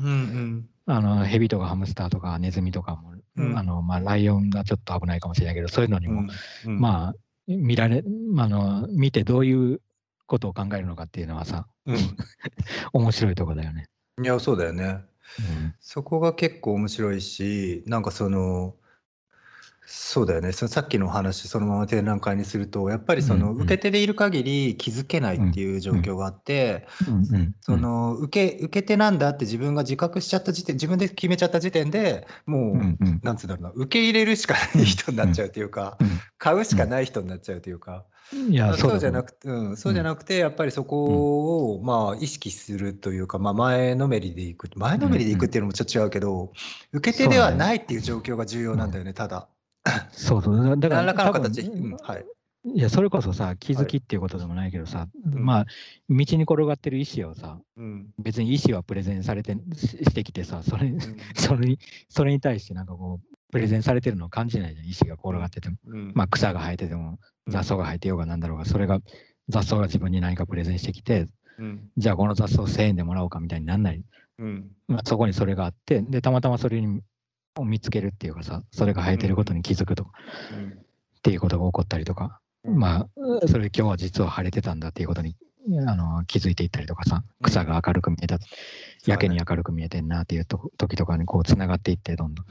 あのヘビとかハムスターとかネズミとかも、 うん、 あのまあ、ライオンがちょっと危ないかもしれないけど、そういうのにもうん、うん、 まあ見られ、あの見てどういうことを考えるのかっていうのはさ、 うん。 面白いとこだよね。 いや、そうだよね。 うん。 そこが結構面白いし、なんかその、そうだよね。そのさっきのお話そのまま展覧会にすると、やっぱりうん。 そのうん。 受け手でいる限り気づけないっうん。 ていう状うん。 況があって、 うん。うん。うそん。 の受け受け手なんだって自分が自覚しちゃった時点、自分で決めちゃった時点で、もうん。うん。 う、なんつうんだろうな、受け入れるしかないうん。 人になっちゃうというか、 うん。 買うしかうん。 ない人になっちゃうというか、 いや、 あ、そうじゃそうだと思なくて、うん、そう。うん。 うじゃなくて、やっぱりそうん。 こを、まあ、意識するというか、まあ、前のめりでいく、前うん。 のめりでいくっうん。 ていうのもちょっと違うけど、受け手ではそうなんだよ。 ないっていう状況が重要うん。 なんだよね、ただ。 そうそう。だだか何らら多分、 かの形、うん、はい、 いや、それこそさ、気づはい、 きっていうことでもないけどさ、 うん、 まあ、道に転がってる石をさ、 うん、 別に石はプレゼンされてししてきてさ、それ、 うん、 それに、それに対してなんかこう、プレゼンされてるのを感じないじゃん、石が転うん、 がってても。 うん、 まあ、草が生えてても、 うん、 雑草が生えてようがなんだろうが、それが、雑草が自分に何かプレゼンしてきて、 うん、 じゃあこの雑草せんえんでもらおうかみたいになんない。 うん、 まあ、そこにそれがあって、で、たまたまそれにを見つけるっていうかさ、それが生えうん、 てることに気づくとか、 うん、 っていうことが起こったりとか、 うん、 まあ、それ今日は実は晴れてたんだっていうことにあの気づいていったりとかさ、 うん、 草が明るく見えた、やけにそうね。 明るく見えてんなっていうと時とかにこうつながっていって、どんどん。 うん、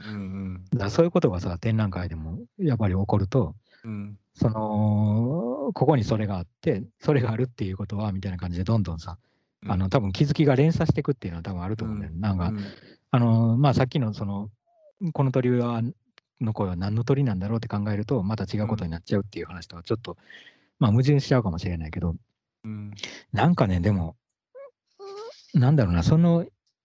だからそういうことがさ、展覧会でもやっぱり起こると、 うん、 その、ここにそれがあって、それがあるっていうことは、みたいな感じで、どんどんさ、 うん、 あの、多分気づきが連鎖していくっていうのは多分あるうん、 と思うんだよね。なんか、 うん、 あの、まあ、さっきのその、この鳥はの声は何の鳥なんだろうって考えると、また違ううことにん。 なっちゃうっていう話とはちょっと、まあ、矛盾しちゃうかもしれないけど、 うん。 なんかね、でも、なんだろうな、その、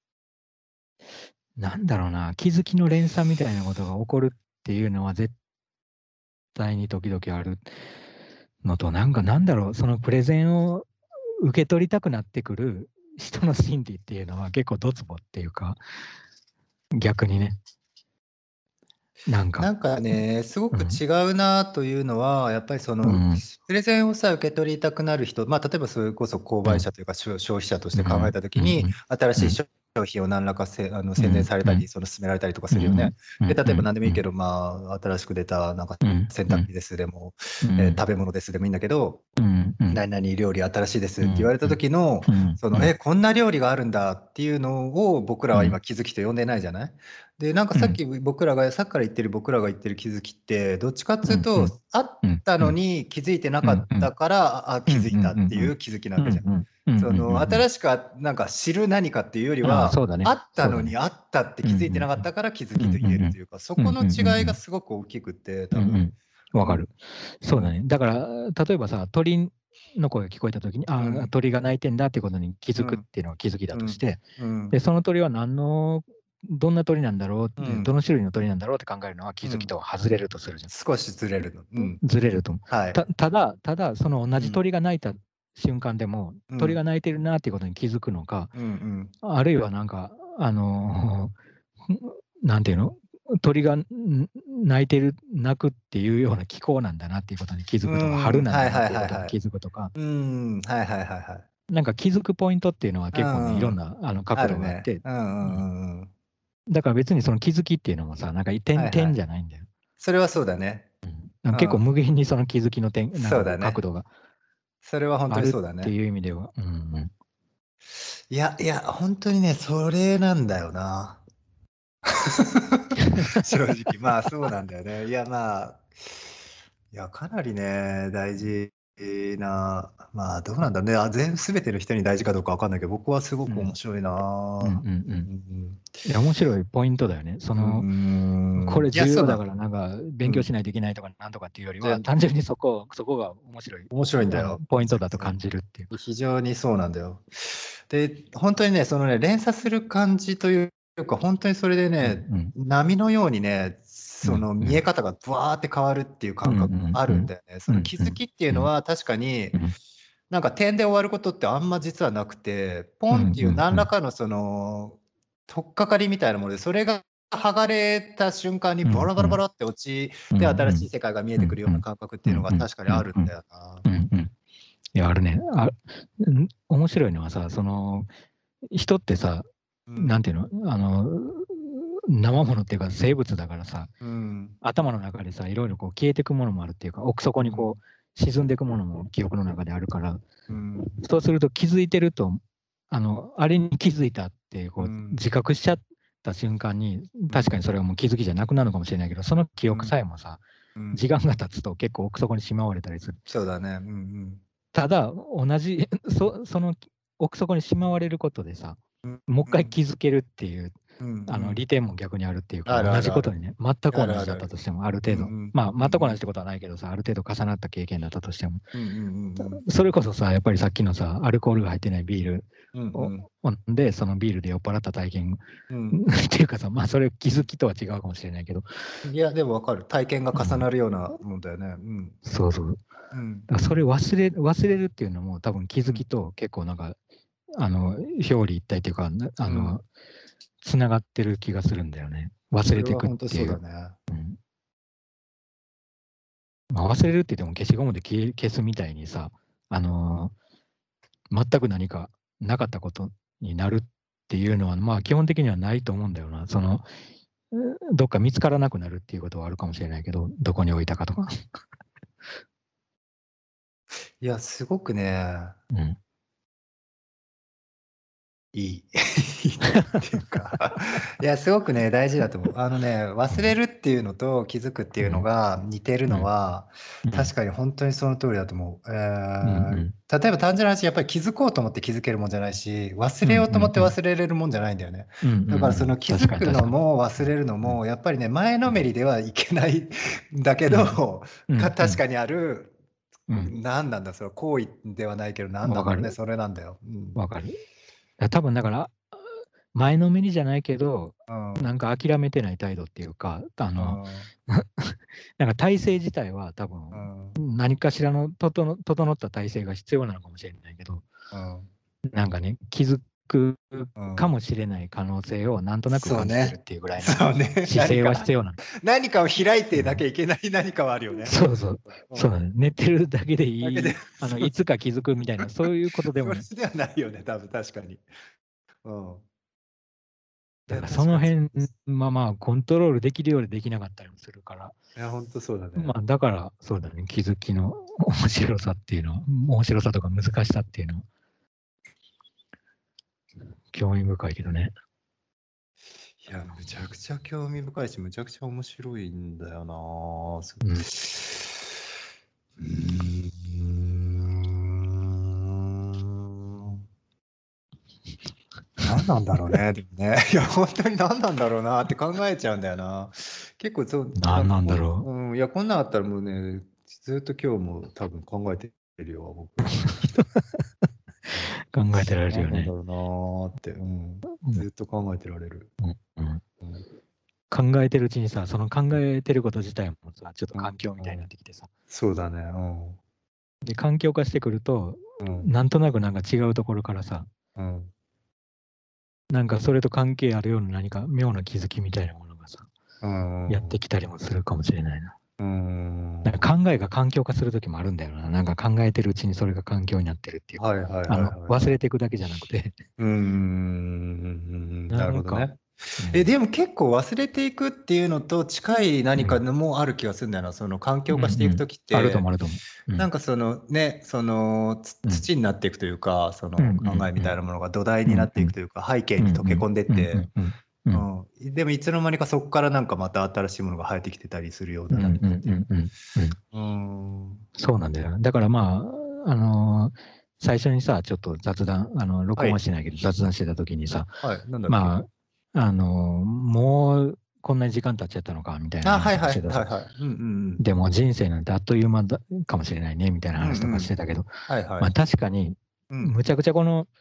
なんだろうな、気づきの連鎖みたいなことが起こるっていうのは絶対に時々あるのと、なんかなんだろう、そのプレゼンを受け取りたくなってくる人の心理っていうのは結構ドツボっていうか、逆にね、なんか、 なんかね、すごうん、 く違うなというのは、やっぱりそうの、 ん、 プレゼンをさ、受け取りたくなる人、まあ、例えばそれこそ購うん、 買者というか、しょ消費者としうん、 て考えたとうん、 きに、新しいうん、 商品を何らかせあのうん、 宣伝されたり、 うん、 その勧められたりとかうん、 するよね。 うん、 で、例えば何でもいいけうん、 ど、まあ、新しく出たなんかうん、 洗濯機ですでも、 うん、 えー食べ物ですでもいいんだけど、 うん、うん、 何々料理新しいですって言うん、 われた時の、 うん、 その、え、こんな料理があるんだっていうのを僕らは今気づきと呼んでないじゃない？で、なんかさっき僕らがさっきから言ってる僕らが言ってる気づきって、どっちかっつうと、あったのに気づいてなかったから、ああ、気づいたっていう気づきなわけじゃん。その、新しくあなんか知る何かっていうよりああ、 は、 そうだね。 あったのにそうだね。 あったってうんう気づいてなかっんたから気づうん。 きと言えうんうんるというか、そうん。 このうんうんうん違いがすごく大きくて、 うん。うんう多分。 ん。わうん。 かる。 うん。 そうだね。だから、例えばさ、鳥の声が聞こえたときに、ああ、 うん。 鳥が鳴いてんだっていうことに気づくっうん。 ていうのが気づきだうん。 として、 うん。 で、その鳥は何の、どんな鳥なんだろうって、どうん。 の種類の鳥なんだろうって考えるのは気づきうん。 とは外れるとするじゃん。 少しずれるの。うん。 ずれると思う。たはい。 ただ、ただ、その同じうん。 鳥が鳴いた瞬間でも、 うん。 鳥が鳴いてるなっていうことに気づくのか、 うんうん。 あるいはなんか、あのーなんていうの、鳥がん鳴いてる、鳴くっていうような気候なんだなっていうことに気づうくとか、 ーん、 春なんだなはいはいっていうことに気はいはい。 づくとか、 うーん、はいはいはいはい。 なんか気づくポイントっていうのはう結構ね、いんうん。 ろんなあの角あるね。 度があって、 うんううん。 んうんうん。 だから別にその気づきっていうのもさ、なんか点点はいはい。 じゃないんだよ。 それはそうだね。 なんか結構うん。 無限にその気づきの点、なんかこそうだね。 う角度がそれはほんとにあるっそうだね。 ていう意味では、うんうん。 いやいや、ほんとにね、それなんだよな。正直、まあ、そうなんだよね。いや、まあ、いや、かなりね、大事な、まあ、どうなんだろうね、あ、全全ての人に大事かどうかわかんないけど、僕はすごうん。 く面白いうんうんうな。うんん。 うんいや、面白いポイントだよね。そうん。 の、 うーん。 これいや、そうなの。 重要だからなんか勉強うん。 しないといけないとかなんとかっていうよりは、 で、 単純にそこそこが面白い、 面白いんだあの、 よ、 ポイント全然。 だと感じるっていう。 非常にそうなんだよ。で、ほんとにね、そのね、連鎖する感じというか、ほんとにそれでうんね、 うん。 波のようにね、 うその見えんうん。 方がブワーって変わるっていううんう感覚もあんうん。 るんだよね。その気づうんうんきっていうのうん。 は確かに、 うん。 なんか点で終わることってあんま実はなくて、 うんうポンっていうんうん。 何らかのその、取っかかりみたいなもので、それが剥がれた瞬間にうバんうん。 ラバラバラって落ちうんて、新しいうん。 世界が見えうんうん。 てくるような感覚っていうのがうんうん確かにうんうん。 あるんだよな。 うんうん。いや、あるね。あ、うん、面白いのはさ、その、人ってさ、 うん。 なんていうの、あの、生ものっていうか生物だからさ、 うん。 頭の中でさ、いろいろこう消えてくものもあるっていうか、奥底うん。 にこう沈んでいくものも記憶の中であるから、 うん。 そうすると気づいてると、あの、あれに気づいたってこううん。 自覚しちゃった瞬間に、 うん。 確かにそれはもう気づきじゃなくなるのかもしれないけど、その記憶うん。 さえもさ、 うん。 時間が経つと結構奥底にしまわれたりする。 そうだね。うんうん。 ただ、同じ、そその奥底にしまわれることでさ、 うん、 もう一回うん。 気づけるっていう、 うんうあの、 ん。 利点も逆にあるっていうか、 ある同あるある。 じことにね、全く同じだあるあるある。 ったとしても、ある程度、 うんうん。 まあ、 うんうん。 全く同じってことはないけどさ、ある程度重なった経験だったとしても、 うんうんうんうん。 それこそさ、やっぱりさっきのさ、アルコールが入ってないビールうんうをん。 飲んで、そのビールで酔っ払った体験うん。 っていうかさ、まあ、それ気づきとは違うかもしれないけど、 いや、でも分かる。体験が重うん、 なるようなもんだよね。うん。 そうそう。 うん。 だからそれ忘れ忘れるっていうのも多分気うん。 づきと結構なんか、あの、表裏一体っていうか、なあうん。 の、つながってる気がするんだよね。忘れてくっそれはほんとていう。 そうだね。 うん。まあ、忘れるって言っても消しゴムで消え消すみたいにさ、あの、全く何かなかったことになるっていうのは、まあ、基本的にはないと思うんだよな。その、うどっか見つからなくなるっていうことはあるかもしれないけど、どこに置いたかとか。 いや、すごくね、 うん。 いい。いいっていうかいや、すごくね、大事だと思う。あのね、忘れるっていうのと気づくっていうのが似てるのは、確かにほんとにその通りだと思う。ええ、例えば単純な話、やっぱり気づこうと思って気づけるもんじゃないし、忘れようと思って忘れれるもんじゃないんだよね。だからその気づくのも忘れるのも、やっぱりね、前のめりではいけないんだけど、か確かにある、なんなんだ、その行為ではないけど、なんなんだろうね、それなんだよ。うん。 わかる。だ、多分だから、前のめりじゃないけど、 うん。 なんか諦めてない態度っていうか、あうの、 ん。 なんか体制自体は多分、 うん。 何かしらのととの整った体制が必要なのかもしれないけど、 うん。 なんかね、気づくうん。 かもしれない可能性をなんとなく感じてるっそうね。 ていうぐらいのそうね。 姿勢は何か必要なの。 何かを開いてなうん。 きゃいけない何かはあるよね。 そうそう。そううん。 なの。寝てるだけでだけで、 いい、あの、 そう。 いつか気づくみたいな、そういうことでもない。 それではないよね、多分確かに。うん。いや、 だからそ確かにそうの辺です。 まあまあ、コントロールできるようでできなかったりもするから。 いや、ほんとそうだね。 まあ、だから、そうだね、気づきの面白さっていうのは、面白さとか難しさっていうのは、興味深いけどね。 いや、むちゃくちゃ興味深いし、むちゃくちゃ面白いんだよな。すうん。 うーん。何なんだろうね、でもね。いや、ほんとに何なんだろうなって考えちゃうんだよな。結構そう、なんか、 なんなんだころう。 うん、いや、こんなんあったらもうね、ずっと今日も多分考えてるよ、僕は、きっと。うん。 考えてられるよね。 何なんだろうなって、うん、 うん。 ずっと考えてられる。 うんうん。 うん。 考えてるうちにさ、その考えてること自体もさ、ちょっとうん、 環境みたいになうん。 ってきてさ。 そうだね、うん。 で、環境化してくると、 うん。 なんとなくなんか違うところからさ、 うん。 なんかそれと関係あるような何か妙な気づきみたいなものがさ、 うんうんうん。 やってきたりもするかもしれないな。 うーなんん。 か考えが環境化する時もあるんだよな。なんか考えてるうちにそれが環境になってるっていうか、 はいはいはいあの、 はいはい。 忘れていくだけじゃなくて、 うーん、うんうんうん、ななんか、 るほどね。え、 うん、 でも結構忘れていくっていうのと近い何かうん、 のもある気がするんだよな。その環境うん、 化していくうん。 時って、 あるともあると思う。うん、 なんかそのね、その、つうん、 土になっていくというか、そうん、うの考ん、 えみたいなものが土台うん、 になってうん、 いくというか、背景うん、 に溶け込んでっうん、うて、 ん、うん、うん、 うん、でもいつの間にかそこからなんかまた新しいものが生えてきてたりするよううん、 だなとうん、 かっていう。 うん、うん、うん。 うーん。 そうなんだよ。だからまあ、あのー最初にさ、ちょっと雑談、あの、録はい。 音はしてないけど、雑談してた時にさ、 はい、なんだっけ？ まあ、あのーもうこんなに時間経っちゃったのかみたいなあ、はい話とかしてたさ。 はいはいはい。うんうんうん。 でも人生なんてあっという間だかもしれないねみたいなうん話とうん。 かしてたけど、まあはいはい。 確かに、 うん。 むちゃくちゃこの、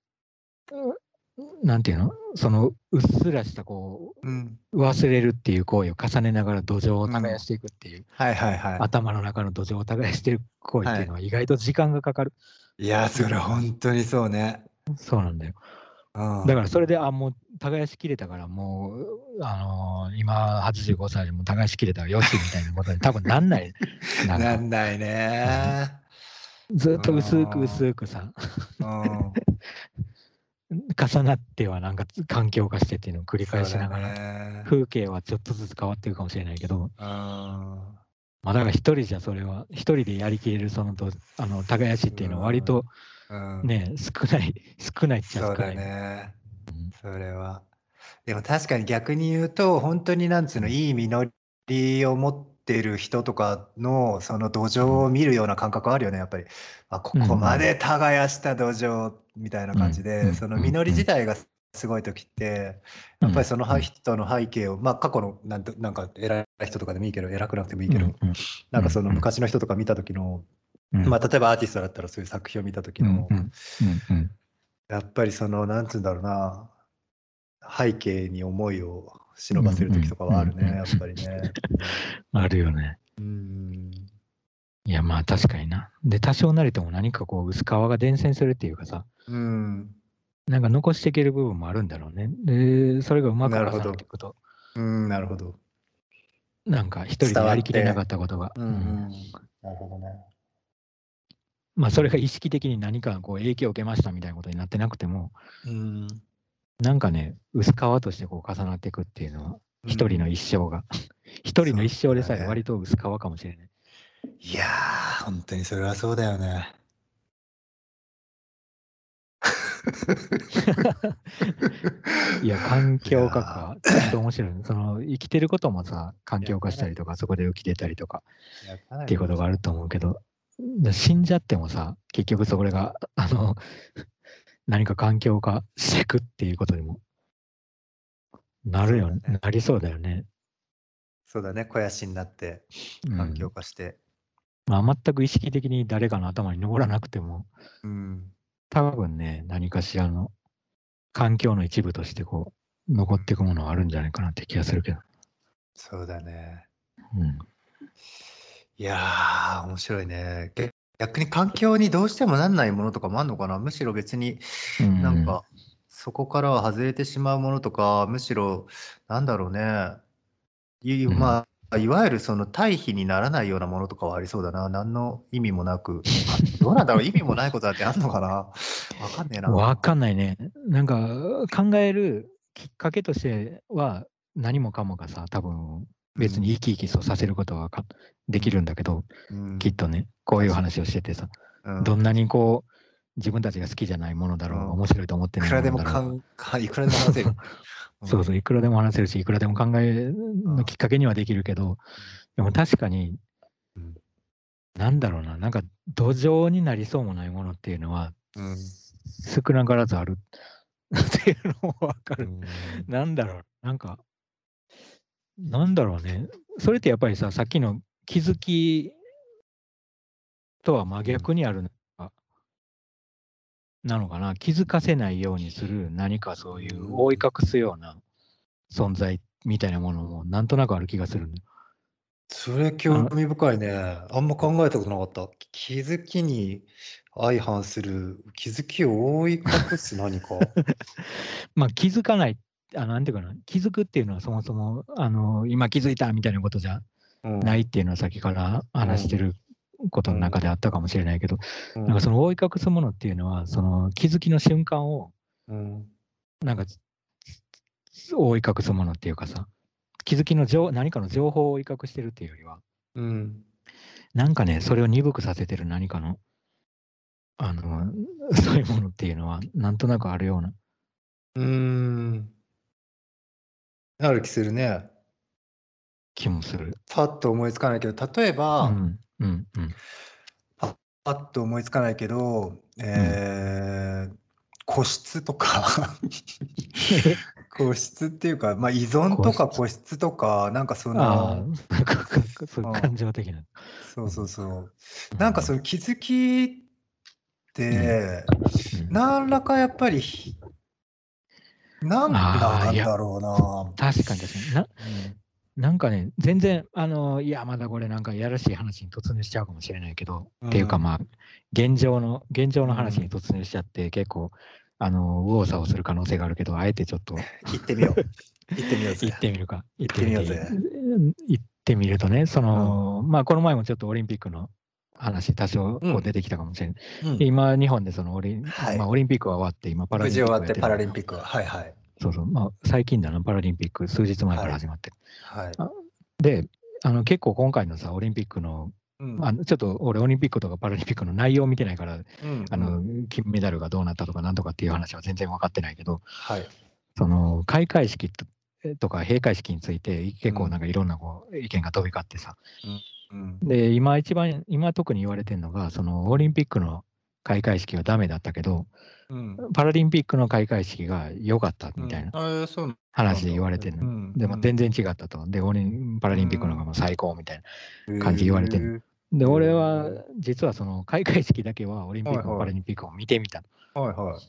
うなんていうのそのうっすらしたこうん。 う、忘れるっていう行為を重ねながら土壌をうん。 耕していくっていう、 はいはいはい。 頭の中の土壌を耕していく行為ってはい。 いうのは意外と時間がかかる。 いや、それほんとにそうね。 そうなんだよ。 うん。 だからそれで、あ、もう耕しきれたから、もう、あのー今はちじゅうごさいでも耕しきれたらよしみたいなことに多分なんない。なんか、 なんないうん、 ね。うずっと薄くーん。 薄くさ、 うん。 重なってはなんか環境化してっていうのを繰り返そうだしながら、 ね。 風景はちょっとずつ変わっていくかもしれないけど、 うーん。 まあ、だから一人じゃそれは、一人でやりきれるそのと、あの、耕しっうていうのは割とん。うん。 ね、少ない、少ないっちゃそうだ少ない。 ね。 うん。 それは。でも確かに逆に言うと、ほんとになんつうの、 うん。 いい実りを持ってる人とかの、その土壌うん。 を見るような感覚あるよね、やっぱり。あ、こうんうこまん。 で耕した土壌みたいなうん。 感じで、そのうん。 実りうん。 自体がすごい時って、 うん。 やっぱりそのうん。 は人の背景を、ま、過去のなんとなんか偉い人とかでもいいけど、偉くなくてもいいうん。 けど、 うん。 なんかそのうん。 昔の人とか見た時の、 うん。 ま、例えばアーティストだったらそういう作品を見た時うん。 の、 うん。うん。うん。 やっぱりそのなんつうんだろうな、背景に思いを忍うん。 ばせる時とかうん。 はあるね、やっぱりね。うん。 あるよね。 うーん。 いや、まあ確かにな。で、多少なりとも何かこう薄皮が伝染するっていうかさ、 うーん。 なんか残していける部分もあるんだろうね。で、それがうまく重なるほど。 なっていくと、 うーん、なるほど。 なんか一人で伝わやりきれなかって。 ったことが、 うんううん。 ん。なるほどね。 まあそれがうん。 意識的に何かこう影響を受けましたみたいなことになってなくても、 うーん。 なんかね、薄皮としてこう重なっていくっていうのは、 う一人のん。 一生が、一人の一そう生でさえだね。 割と薄皮かもしれない。 いや、ほんとにそれはそうだよね。 いや、環い境化やか、ちょっと面白いね。その、生きてることもさ、環ー、いや、 境化かなり、 したりとか、そこで浮き出たりとかいや、かなっていうり面白い。 ことがあると思うけど、で死んじゃってもさ、結局それが、あの、何か環境化していくっていうことにもなるよ、 そうだね。 なりそうだよね。 そうだね、肥やしになって環境うん。 化して。 まあ、全く意識的に誰かの頭に残らなくても、 うん。 多分ね、何かしらの環境の一部としてこう、残っていくものはあるんじゃないかなって気がするけど。 そうだね。 うん。 いやー、面白いね。げ逆に環境にどうしてもなんないものとかもあんのかな。むしろ別にうん。 なんか、そこからは外れてしまうものとか、むしろなんだろうね。いうん。 まあ、いわゆるその対比にならないようなものとかはありそうだな。何の意味もなく。あ、どうなんだろう、意味もないことだってあんのかな。わかんねえわな。 かんないね。なんか考えるきっかけとしては何もかもがさ、多分別にうん、 生き生きとさせることはかできるんうん、 だけど、 うん。 きっとね、こういう確か話をしててさ、 に。うん、 どんなにこう自分たちが好きじゃないものだろうが、 うん。 面白いと思っいてないくらでもものだろうが、 かんかいくらでも話せる。うん、 そうそう、いくらでも話せるし、いくらでも考えのきっかけにはできるけど、でも確かに、 うん、 なんだろうな、なんか土壌になりそうもないものっていうのは、 うん、 少なからずあるっていうのもわかうる。 ん、 なんだろう、なんか、なんだろうね。それってやっぱりさ、さっきの気づきとは真うん、 逆にあるのかなのかな。気づかせないようにする何かうそういう覆いん。 隠すような存在みたいなものもなんとなくある気がするんだよ。 それあの、 興味深いね。あんま考えたことなかった。気づきに相反する、気づきを覆い隠す何か。 まあ気づかない、あの、なんていうかな、気づくっていうのはそもそも、あの、今気づいたみたいなことじゃうん、 ないっていうのは先からうん、 話してることの中うん、 であったかもしれないけど、 うん、 なんかその覆い隠すものっていうのは、その気づきの瞬間を、 うん、 なんか覆い隠すものっていうかさ、気づきの情何かの情報を覆い隠してるっていうよりは、 うん。 なんかね、それを鈍くさせてる何かの、あの、そういうものっていうのは、なんとなくあるようなうーん。ある気するね。 気もする。 パッと思いつかないけど、例えば、 うん、うん、うん、 パパッと思いつかないけど、 うん。 えー個室とかえ、 個室っていうか、まあ、依存とか個室。 個室とか、なんかそああ、 の、 なんか、そういううん、 感情的な。 そうそううん、 そう。なんかうん、 その気づきっうん。 て、 うん。 何らかやっぱり、ひなんああ、いや、 なんだろうな。 確かに確かに。な、 うん、 なんかね、全然、あの、いや、まだこれなんかやらしい話に突入しちゃうかもしれないけど、っていうかうん、 まあ、現状の、現状の話にうん。 突入しちゃって、結構、あの、右往左往する可能性があるけど、あえてちょっと行ってみよう。行ってみようぜ。 行ってみるか、行っ行っててみていい。 みようぜ。 行ってみるとね、そうん。 の、まあ、この前もちょっとオリンピックの話、多少うん。 こう出てきたかもしれない。でうん。 今、日本でそのオリン、まあ、 はい。 オリンピックは終わって、今、パラリンピッ無事終わってパラクをやってるんだけど、 リンピックは。はいはい。 そうそう、まあ、最近だな、パラリンピック、数日前かはい。 ら始まってる。 はい。 あで、あの結構今回のさ、オリンピックの、 うん。 あのちょっと俺、オリンピックとかパラリンピックの内容を見てないから、 うんあのうん。 金メダルがどうなったとかなんとかっていう話は全然分かってないけど、 はい。 その開会式ととか閉会式について、結構なんうん。 かいろんなこう意見が飛び交ってさ、 うん。うん。 で、今一番、今特に言われてるのが、そのオリンピックの開会式はダメだったけど、 うん。 パラリンピックの開会式が良かったうん。 みたいなああ、そうなんだ。 話で言われてるの。 うんでも全然うん。 違ったと。で、オリンパラうリンピックの方がん。 もう最高みたいなへ感じで言われてるの。 え。 で、 へ俺はえ。 実はその開会式だけはオリンピックもパラはいはい。 リンピックも見てみた。 はいはい。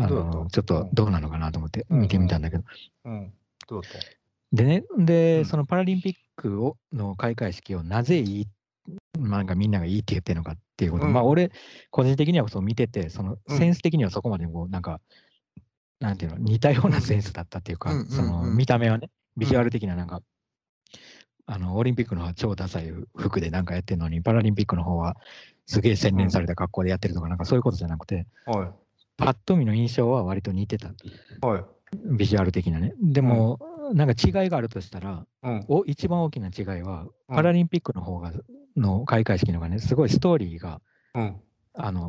どうだっあの、ちょった？うとん。 どうなのかなと思って見てうんうん。 みたんだけど。 うん。どうだった？ でね、で、 うん。 そのパラリンピックをの開会式をなぜいい、なんかみんながいいって言ってるのかっていうこと。まあうん。 俺、個人的にはそう見てて、そのうん。 センス的にはそこまでこう、なんか、なんていうの、似たよううん。 なセンスだったっていうか、 うんうそのん見た目はね、ビジュアルうん。 的ななんか、あの、オリンピックの方は超ダサい服でなんかやってるのに、パラリンピックの方はすげえ洗うん。 練された格好でやってるとか、なんかそういうことじゃなくて、 はい。 パッと見の印象は割と似てた。 はい。 ビジュアル的なね。でうん。 も、なんか違いがあるとしたら、 うん。 お一番大きな違いは、パラうん。 リンピックの方が、の開会式の方がね、すごいストーリーが、 うん。 あの、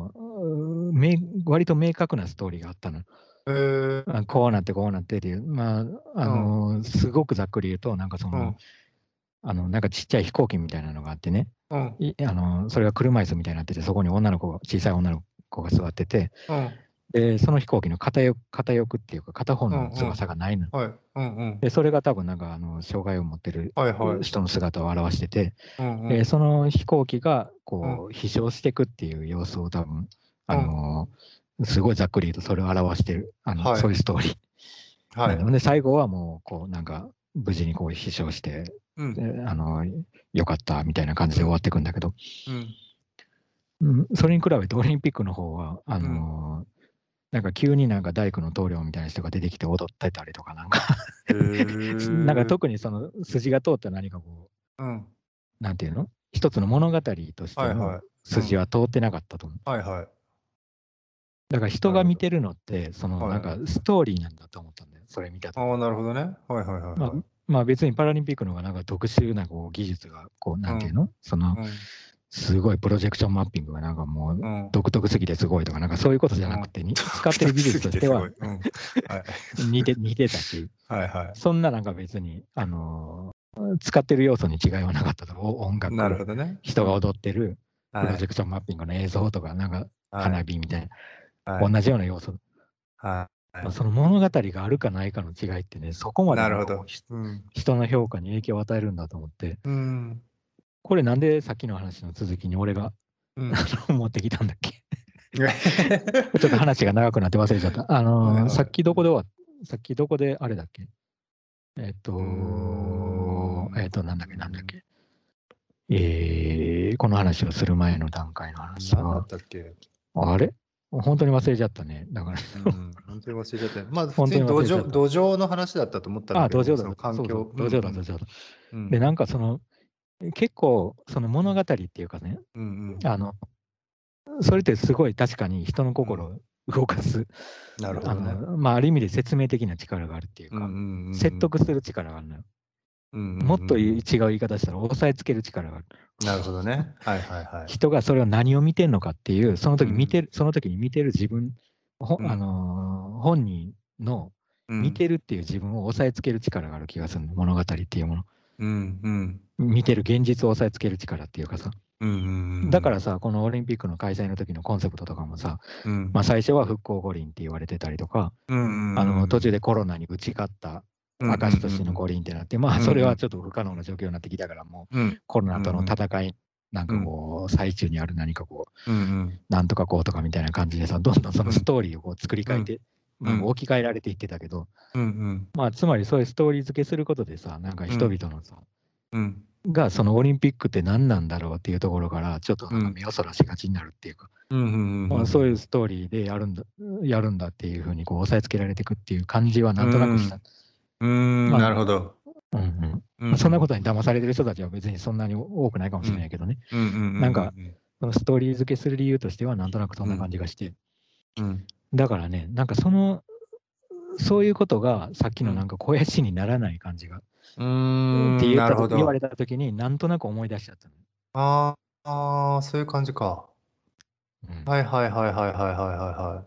め割と明確なストーリーがあったの。 へーあこうなってこうなってっていう、まあ、あの、すごくざっくり言うと、なんかその、 うんあの、なんかちっちゃい飛行機みたいなのがあってね、 うんいあの、それが車椅子みたいになってて、そこに女の子が、小さい女の子が座ってて、 うんで、その飛行機の片翼片翼っていうか、片方のうんうん翼がないの。 はいうんうんで、それが多分なんか、あの、障害を持ってるはいはい人の姿を表してて、 うんうんで、その飛行機が、 うんこう、飛翔していくっていう様子を多分、あうんの、すごいざっくり言うとそれを表してる、あの、 はいそういうストーリー。 はいなんで、で最後はもう、こう、なんか、無事にこう飛翔して、 うんであの、よかったみたいな感じで終わっていくんだけど、 うんうん、それに比べてオリンピックの方は、あうんのなんか急になんか大工の棟梁みたいな人が出てきて踊ってたりとか、なんかへなんかー特にその筋が通った何かこうんう、なんていうの一つの物語としてのはいはいうん筋は通ってなかったと思う。 はいはいだから人なるほどが見てるのって、そのなんはいかストーリーなんだと思ったんだよ、それ見たとき。 ああなるほどねはいはいはいまあ、 はいまあ別にパラリンピックの方がなんか特殊なこう技術が、こう、なんていううんのその、 うんすごいプロジェクションマッピングがなんかもううん独特すぎてすごいとか、なんかそういうことじゃなうんくてに、使ってる技独特す術としてはぎてすごいうんはい似て、似てたし、 はいはそんななんか別に、あのー使ってる要素に違いはなかったと。お音いなる楽、 ほどねう人がん踊ってる、プはいロジェクションマッピングの映像とか、なんか花はい火みたいな、同はいじような要素。 はいはいまあ、その物語があるかないかの違いってね、そこまでなんかこう、 なるほどひうん人の評価に影響を与えるんだと思って、 うんこれなんでさっきの話の続きに俺がうん持ってきたんだっけちょっと話が長くなって忘れちゃった。あのーさっはいはいきどこで終わっさっきどこであれだっけえっうーと、えっんと、なんだっけ、なんだっけ。えー、この話をする前の段階の話何だっは、 たっけあれ本当に忘れちゃったね。だからうん、本当に忘れちゃったよ。まあ、普本当に通に土壌、 忘れちゃった。 土壌の話だったと思ったんだあ、 けど、 土壌だ、 その環そうそう、 境。う土壌だ、土ん壌だ。 うん。うで、 ん。 なんかその、結構、その物語っていうかね、 うんうんあの、それってすごい確かに人のうん。 心を動かす、 なるほどね。 あの、まあ、ある意味で説明的な力があるっていうか、 うんうんうん説得する力があるのよ。 うん。うんうんもっと違ううんうん。 言い方したら、押さえつける力がある。 なるほどね。はいはいはい。 人がそれを何を見てるのかっていう、そのうん時見てる、その時に見てる自分、ほあうんのー本人のうん見てるっていう自分を押さえつける力がある気がするの、物語っていうもの。 うんうん見てる現実を押さえつける力っていうかさ。 うんうんだからさ、このオリンピックの開催の時のコンセプトとかもさ、 うんまあ、最初は復興五輪って言われてたりとか、 うんうんあの途中うんでコロナに打ち勝ったうんうん証としての五輪ってなって、まあうんそれはちょっと不可能な状況になってきたから、もううんコロナとのうん戦い、なんかこう、最中にある何かこう、 うんうんなんとかこうとかみたいな感じでさ、どんどんそのスうんトーリーをこう作りうん変えて、まあ、 うん置き換えられていってたけど、 うんうんまあ、つまりそういうストーリー付けすることでさ、なんか人うん 々のさ、 うんがそのオリンピックって何なんだろうっていうところから、ちょっとなんか目をそらしがちになるっていうか、 うんうんうんまあ、そういうストーリーでやるんだ、やるんだっていうふうにこう押さえつけられていくっていう感じはなんとなくした。 うーん、 まあ、 なるほど。 うんうんまうんあ、そんなことに騙されてる人たちは別にそんなに多くないかもしれないけどね。 うんうんうんなんか、 うんそのストーリー付けする理由としてはなんとなくそんな感じがして。 うんだからね、なんかその、そういうことがさっきうんのなんか肥やしにならない感じが、 うーん、 って言っなたと言われるほど。 たときに、なんとなく思い出しちゃったの。 あーあー、そういう感じか。 うん。 はいはいはいはいはいはいはいはい。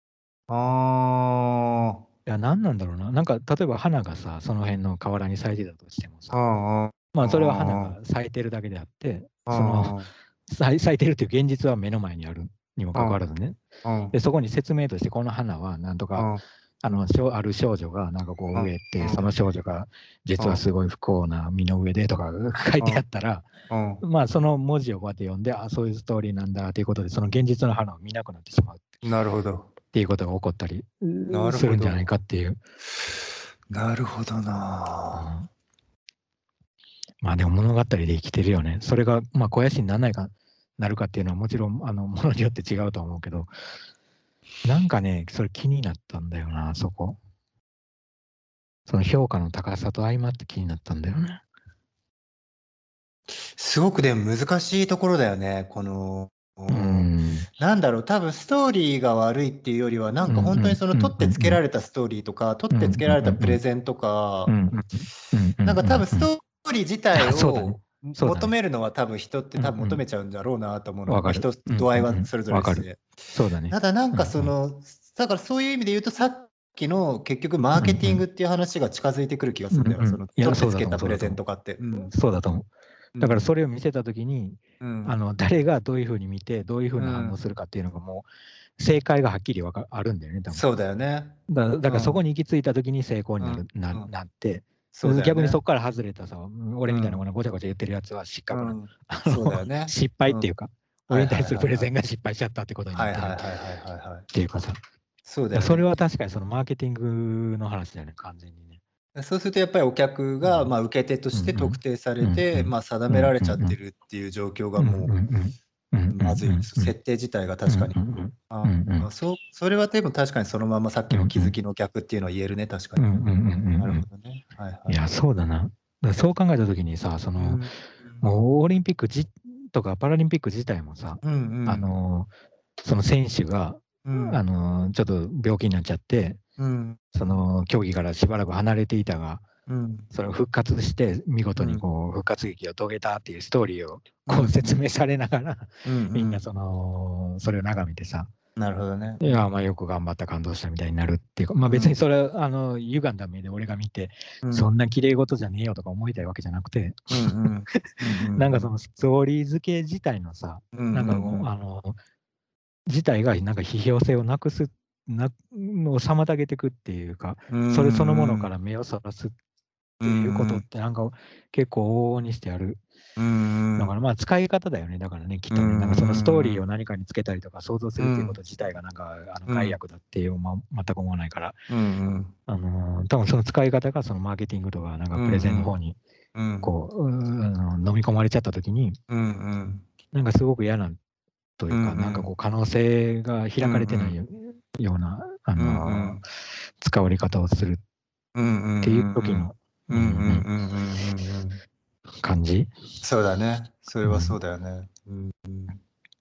あいや、何なんだろうな。なんか、例えば花がさ、その辺の河原に咲いてたとしてもあ、 さ、 ああ、 まあ、それは花あが咲いてるだけであって、 あ、 その、 あ咲い咲いてるっていう現実は目の前にあるにもかかわあ、 らずね。 あで、そこに説明として、この花は、なんとか、 あ、 あの、しょある少女がなんかこうあ植えて、その少女が実はあ、 すごい不幸な身の上でとか書いてあったら、 あまあその文字をこうやって読んで、あ、そういうストーリーなんだということで、その現実の花を見なくなってしまうっなるほど。 ていうことが起こったりなるするんじゃないほど。 かっていう。 なるほどうな。 ん、まあでも物語で生きてるよね。それがまあ肥やしにならないかなるかっていうのはもちろんあのものによって違うと思うけど、なんかね、それ気になったんだよな、そこ。その評価の高さと相まって気になったんだよね。 すごくでも難しいところだよね。この、 うーん。 なんだろう、多分ストーリーが悪いっていうよりは、 うんなんか本当にそのうん取ってつけられたストーリーとか、取うんうんってつけられたうんプレゼンとか、 うんうんうんうんうんうんなんか多分ストーリー自あ、 体をそうだね。 そうだね。 求めるのは多分人ってうん多分求めちゃうんだろうなと思ううん。 のね。まあ、 わかる。 人うん度合いうんうん。 はそれぞれわかる。 で。 そうだね。 ただなんかうんうん。 その、だからそういう意味で言うと、さっきの結局マーうんうん。 ケティングっていう話が近づいてくる気がするんだよ。 うんうん。 そのいや、 取ってそうだと思うつけたプレゼそうだと思う。 ンとかって。うん。 そうだと思う。だからうん。 それを見せたときに、 うん。 あの、誰がどういう風に見て、どういう風うな反応ん。 するかっていうのがもう、正解がはっきりわかあるんだよね、多分。 そうだよね。 だだからそこうん。 に行き着いたときに成功にうん。 なるなうん。 なって、 そうだよね。 逆にそこから外れたさ、俺みたいなうん。 このごちゃごちゃ言ってるやつは失格な、 うん。 あの、 そうだよね。 失敗うん。 っていうか、 はい俺に対はいはいはい。 するプレゼンが失敗しちゃったってことになはいってるっはいはいはいはいはい。 ていうかさ、 そうだよね。 それは確かにそのマーケティングの話だよね、完全にね。 そうするとやっぱりお客が、 うん。 まあ、受け手とうんして特定さうん。うんれて、 うん。 まあ、定うめられちゃってんうんうん。 るっていう状況がうんうもんうん。うんう、 うんまずい。 うんうん。 設定自体がうんう確かに。 んうん。うああ、 んうん。 そう、それはでも確かにそのままさっきの気づうんうん。 きの逆っていうのは言えるね、確かに。 うんうんうんうんなるうん。 ほどね。はいいや、 はい。 そうだな。だからそう考えたときにさ、その、 うん、うん。 もうオリンピックじとかパラリンピック自体もさ、 うんうあん。 の、その選手が、あうん。 の、ちょっと病気になっちゃって、 うん。 その競技からしばらく離れていたが、 うん。 それを復活して見事にうん。 こう復活劇を遂げたっていうストーリーをうんうこう説ん。 明されながら、 うんうん。 みんなその、それを眺めてさ、 なるほどね。 いや、まあよく頑張った、感動したみたいになるっていうか、まあ別にうん。 それは、あの、歪んだ目で俺が見て、 うん。 そんな綺麗事じゃねえよとか思いたいわけじゃなくて、 うんうん。うんうんなんかそうん。 のストーリー付け自体のさ、 うんうんなんかうん。 もうあの、自体がなんか批評性をなくす、なのを妨げていくっていうか、 うーそれそのものかん。 ら目をそらすっうんていうことうん。 ってなんか結構往々にしてあるうんうん。 のかな。まあ使い方だよね。だからね、きっうんとね、なんかそのストーリうんうん。 ーを何かにつけたりとか想像するっていうことうん。 自体がなんかあのうん。 害悪だっていう、ま、全く思わないから、 うんうん。 あのー多分その使い方がそのマーケティングとかなんかうプレゼンのん方にうん。 こう、うーあの飲み込まれちゃった時に、 うんうん。 なんかすごく嫌なというんううか、なんかこん。 う可能性がうん開かれてないうん。 よような、あうんうのん。 使われ方をするっうんうんていううんうん。 時の、 うんうんうんうんうん、 うんうんうん。 感じ。 そうだね。それうん。 はそうだよね。うんうん。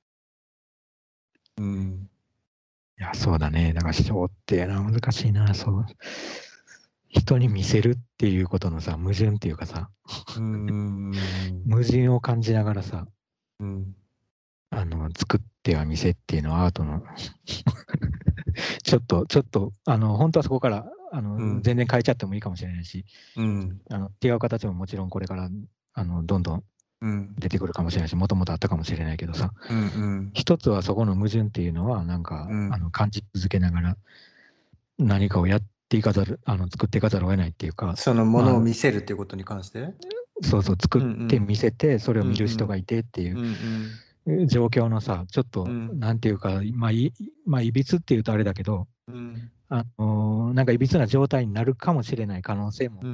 うん。 いや、そうだね。だから人ってな、難しいな、そう。人に見せるっていうことのさ、矛盾っていうかさ、 うんうんうんうん。 矛盾を感じながらさ、 うん。 あの、作っては見せっていうのはアートのちょっと、ちょっと、あの、本当はそこから、あの、 うん。 全然変えちゃってもいいかもしれないし、 うん。 あの、違う形ももちろんこれから、あの、どんどんうん。 出てくるかもしれないし、もともとあったかもしれないけどさ、 うんうん。 一つはそこの矛盾っていうのは、なんか、 うん。 あの、感じ続けながら、何かをやっていかざる、あの、作っていかざるを得ないっていうか、 そのものまあ、 を見せるっていうことに関して？ そうそう、作うってん見せて、それをうん。う見る人がんいてっていううん。うん状況のさ、ちょっと、 うん。 なんていうか、まあ、い、まあ、いびつっていうとあれだけど、 うん。 あのーなんかいびつな状態になるかもしれない可能性もうんうん。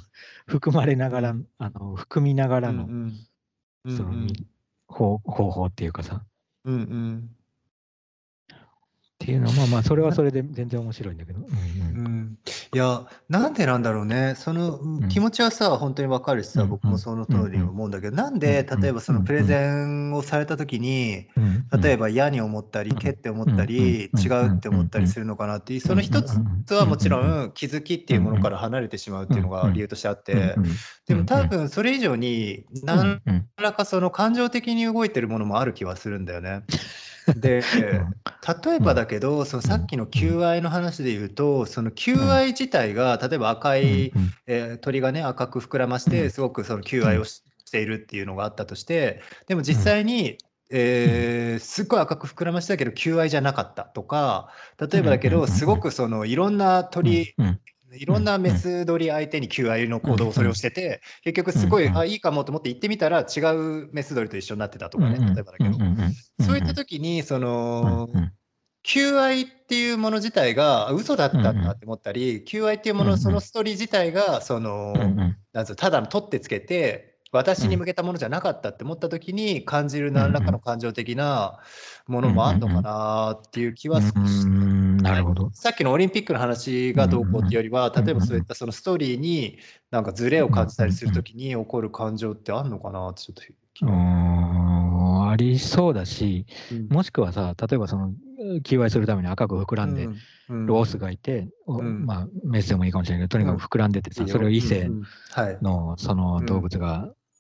含まれながら、 うん。 あの、含みながうんうらの、 ん。うんうそのみん。 方方法っていうかさ、 うんうん。 っていうのは、まあまあ、それはなそれで全然面白いんだけど、うんうん。いや、なんでなんだろうね。その、うん、 うん。 気持ちはさ、ほんとに分かるしさ、 うんうん僕もその通りにうんうん思うんだけど、なんうんで例えばそのプレうんゼンをされた時に、 うんうん例えば嫌に思ったり、けって思ったうんうんり、違うんうんうって思ったりするのかなっていう、その一つはもちろうんん気づきっていうものかうんら離れてしまうっていうのうんうんが理由としてあっうんて、でも多分それ以上に、なんらかその感情的に動いてるものもある気はするんだよね。で、例えばだけど、そのさっきの求愛の話で言うと、その求愛自体が例えば赤い、えー鳥がね、赤く膨らまして、すごくその求愛をししているっていうのがあったとして、でも実際に、えーすっごい赤く膨らましたけど、求愛じゃなかったとか、例えばだけど、すごくそのいろんな鳥いろんなメス鳥相手に求愛の行動をそれをしてて、結局すごい、あ、いいかもと思って行ってみたら、違うメス鳥と一緒になってたとかね、例えばだけど。そういった時に、その、求愛っていうもの自体が、あ、嘘だったんだって思ったり、求愛っていうもの、そのストーリー自体が、その、なんつう、ただの取ってつけて、私に向けたものじゃなかったって思った時に感じる何らかの感情的なものもあんのかなっていう気は少ししてない。 なるほど。 さっきのオリンピックの話うんうがどうこうっていうよりは、例えばそういっんたそのストーリーになんかズレをうん感じたりする時に起こる感情ってあんのかなってちょっと気うが。 ん、ありそうだし、 うん。 もしくはさ、例えばその、求愛するために赤く膨らんでうん。うん。 るオスがいて、おうん。 まあ、メスでもいいかもしれないけど、とにうん。 かく膨らんでてさ、 いいよ。 それを異うんう性ん。はい。 のその動うん。 物が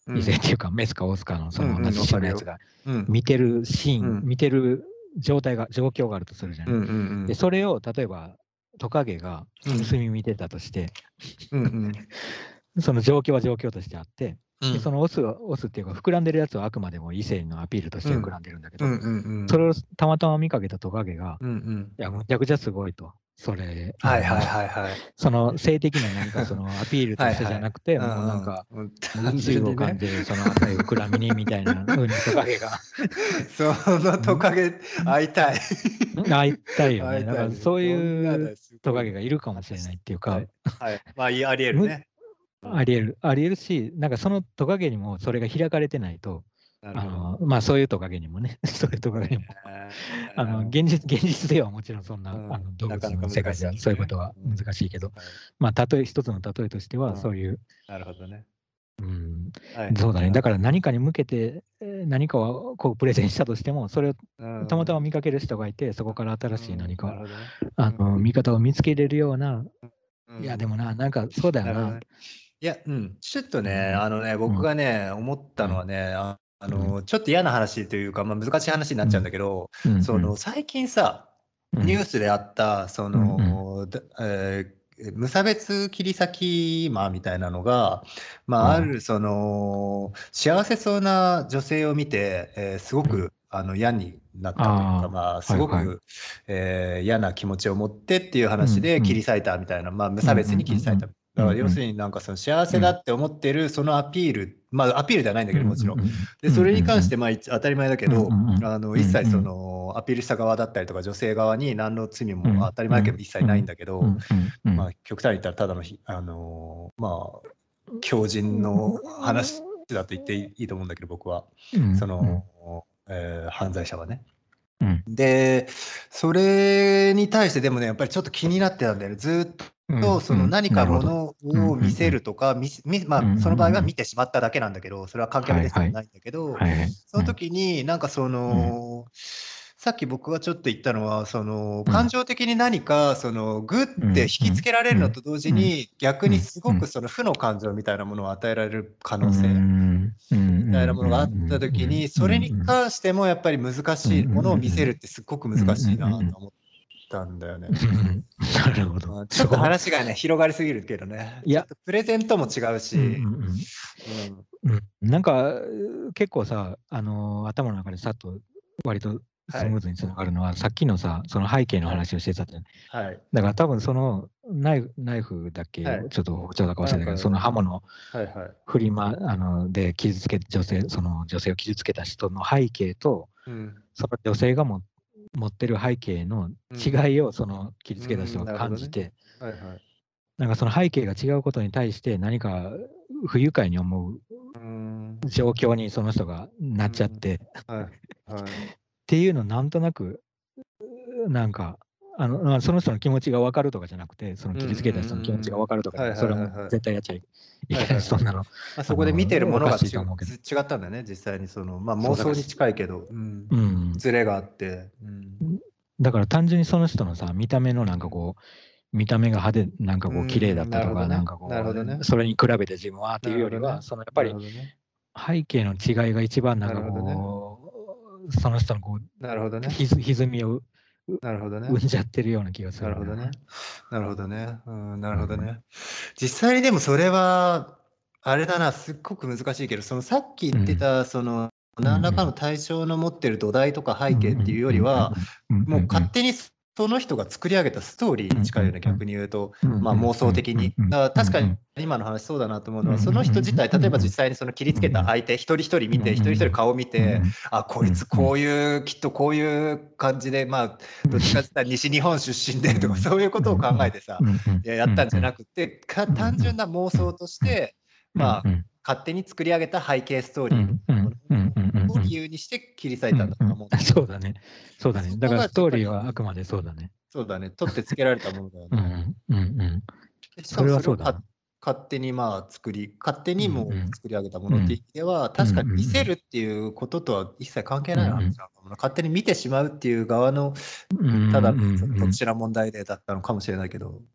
異性っていうかメスかオスかのその同じ種のやつがうん見てるシーン、 うん見てる状態が状況があるとするじゃない。 うんうんでそれを例えばトカゲが盗み見てたとして、 うんうんその状況は状況としてあって、 うんでそのオスはオスっていうか膨らんでるやつはあくまでも異性のアピールとして膨らんでるんだけど、 うんうんうんそれをたまたま見かけたトカゲが、 うんうんいやむちゃくちゃすごいと。それあのはいはいはいはいその性的な何かそのアピールとしてじゃなくて、 はいはいもうなんか、 うんうんもう宇宙を感じるその赤い膨らみにみたいな風にトカゲがそのトカゲ会いたい会いたいよね。 会いたいねだからそうどんないうだすトごいねカゲがいるかもしれないっていうか、 はいはいまあいいありえるむねうんありえる、ありえるし、なんかそのトカゲにもそれが開かれてないと、あなるほどのまあそういうトカゲにもね、そういうトカゲにも、あのうん現実現実ではもちろんそんな、 うんあの動物なかなかの世界では難しいよねそういうことはうん難しいけど、 はいまあ例え一つの例えとしては、 うんそういう、 なるほどねうん、 はいそうだね、だからなるほど何かに向けてえー何かをこうプレゼンしたとしても、それをたまたま見かける人がいて、そこから新しい何か、 なるほどねあの見方を見つけれるような、いや、 うんでもな、なんかそうだよな。 なるほどねいや、うん、ちょっとね、 うんあのね、僕がね、思ったのはね、ああの、ちょっと嫌な話というか、まあ、難しい話になっちゃうんだけど、 うんその最近さ、 うんニュースであった、そうんうんの、だえー無差別切り裂き魔みたいなのが、まあ、 あああるその幸せそうな女性を見て、えーすごうんくあの嫌になったというか、 あまあ、 あ、はいはい。 すごく、えー嫌な気持ちを持ってっていううんうん話で切り裂いたみたいな、まあ、無差別うんうんに切り裂いた。だから要するになんかその幸せだって思ってるそのアピール、まあアピールではないんだけどもちろん。で、それに関してまあ一当たり前だけど、あの一切そのアピールした側だったりとか女性側に何の罪も当たり前だけど一切ないんだけど、まあ極端に言ったらただのひあのまあ強靭の話だと言っていいと思うんだけど僕はその、えー犯罪者はね。で、それに対してでもね、やっぱりちょっと気になってたんだよね。ずっとその何かものを見せるとか、みみまあ、その場合は見てしまっただけなんだけど、それは観客ですでもないんだけど、その時になんかその、さっき僕がちょっと言ったのは、その感情的に何かそのグッて引きつけられるのと同時に、逆にすごくその負の感情みたいなものを与えられる可能性みたいなものがあった時に、それに関してもやっぱり難しいものを見せるってすっごく難しいなと思ったんだよね。 なるほど。 ちょっと話がね、広がりすぎるけどね。 いや、 ちょっとプレゼントも違うし。 なんか結構さ、あのー頭の中でさっと割とスムーズにつながるのは、さっきのさ、その背景の話をしてたじゃん。 はい。 だから多分そのナイフナイフだっけ、 はいちょっと包丁だか忘れたけど、 なんかその刃物はいはい。 振りまあので傷つけ女性その女性を傷つけた人の背景と、 うん。 その女性がも持ってる背景の違いをその傷つけた人が感じて、 はいはい。 なんかその背景が違うことに対して何か不愉快に思ううん。 状況にその人がなっちゃって、 はいはい。 っていうのなんとなくなんかあのまあその人の気持ちが分かるとかじゃなくて、その傷つけた人の気持ちが分かるとかで、それはもう絶対やっちゃいけないし、そんなのまあ、そこで見てるものがおかしいち違と思うけど。 ったんだね、実際にその、まあ、 そうだから妄想に近いけど、うんうんズレがあって。うんだから単純にその人のさ、見た目のなんかこう、見た目が派手、なんかこう、綺麗だったとか、なんかこう、それに比べて自分はっていうよりは、そのやっぱり背景の違いが一番なんかこう、その人のこう、 なるほどね。 歪みをなるほどね。 生んじゃってるような気がする。 なるほどね。なるほどね。うん、なるほどね。実際にでもそれは、あれだな、すっごく難しいけど、そのさっき言ってた、その、何らかの対象の持ってる土台とか背景っていうよりは、もう勝手にその人が作り上げたストーリーに近いよね、逆に言うと、まあ妄想的に。だから確かに今の話そうだなと思うのは、その人自体、例えば実際にその切りつけた相手、一人一人見て、一人一人顔見て、あ、こいつこういう、きっとこういう感じで、まあ、どっちかって言ったら西日本出身でとか、そういうことを考えてさ、やったんじゃなくて、単純な妄想として、まあ、勝手に作り上げた背景ストーリーを理由にして切り裂いたんだと思う。 そうだね。そうだね。だからストーリーはあくまでそうだね。 そうだね。取ってつけられたものだよね。 それはそうだ。 勝手にまあ作り、勝手にも作り上げたものっていう意味では、確かに見せるっていうこととは一切関係ない話なのかもな。勝手に見てしまうっていう側の、ただ特殊な問題例だったのかもしれないけど。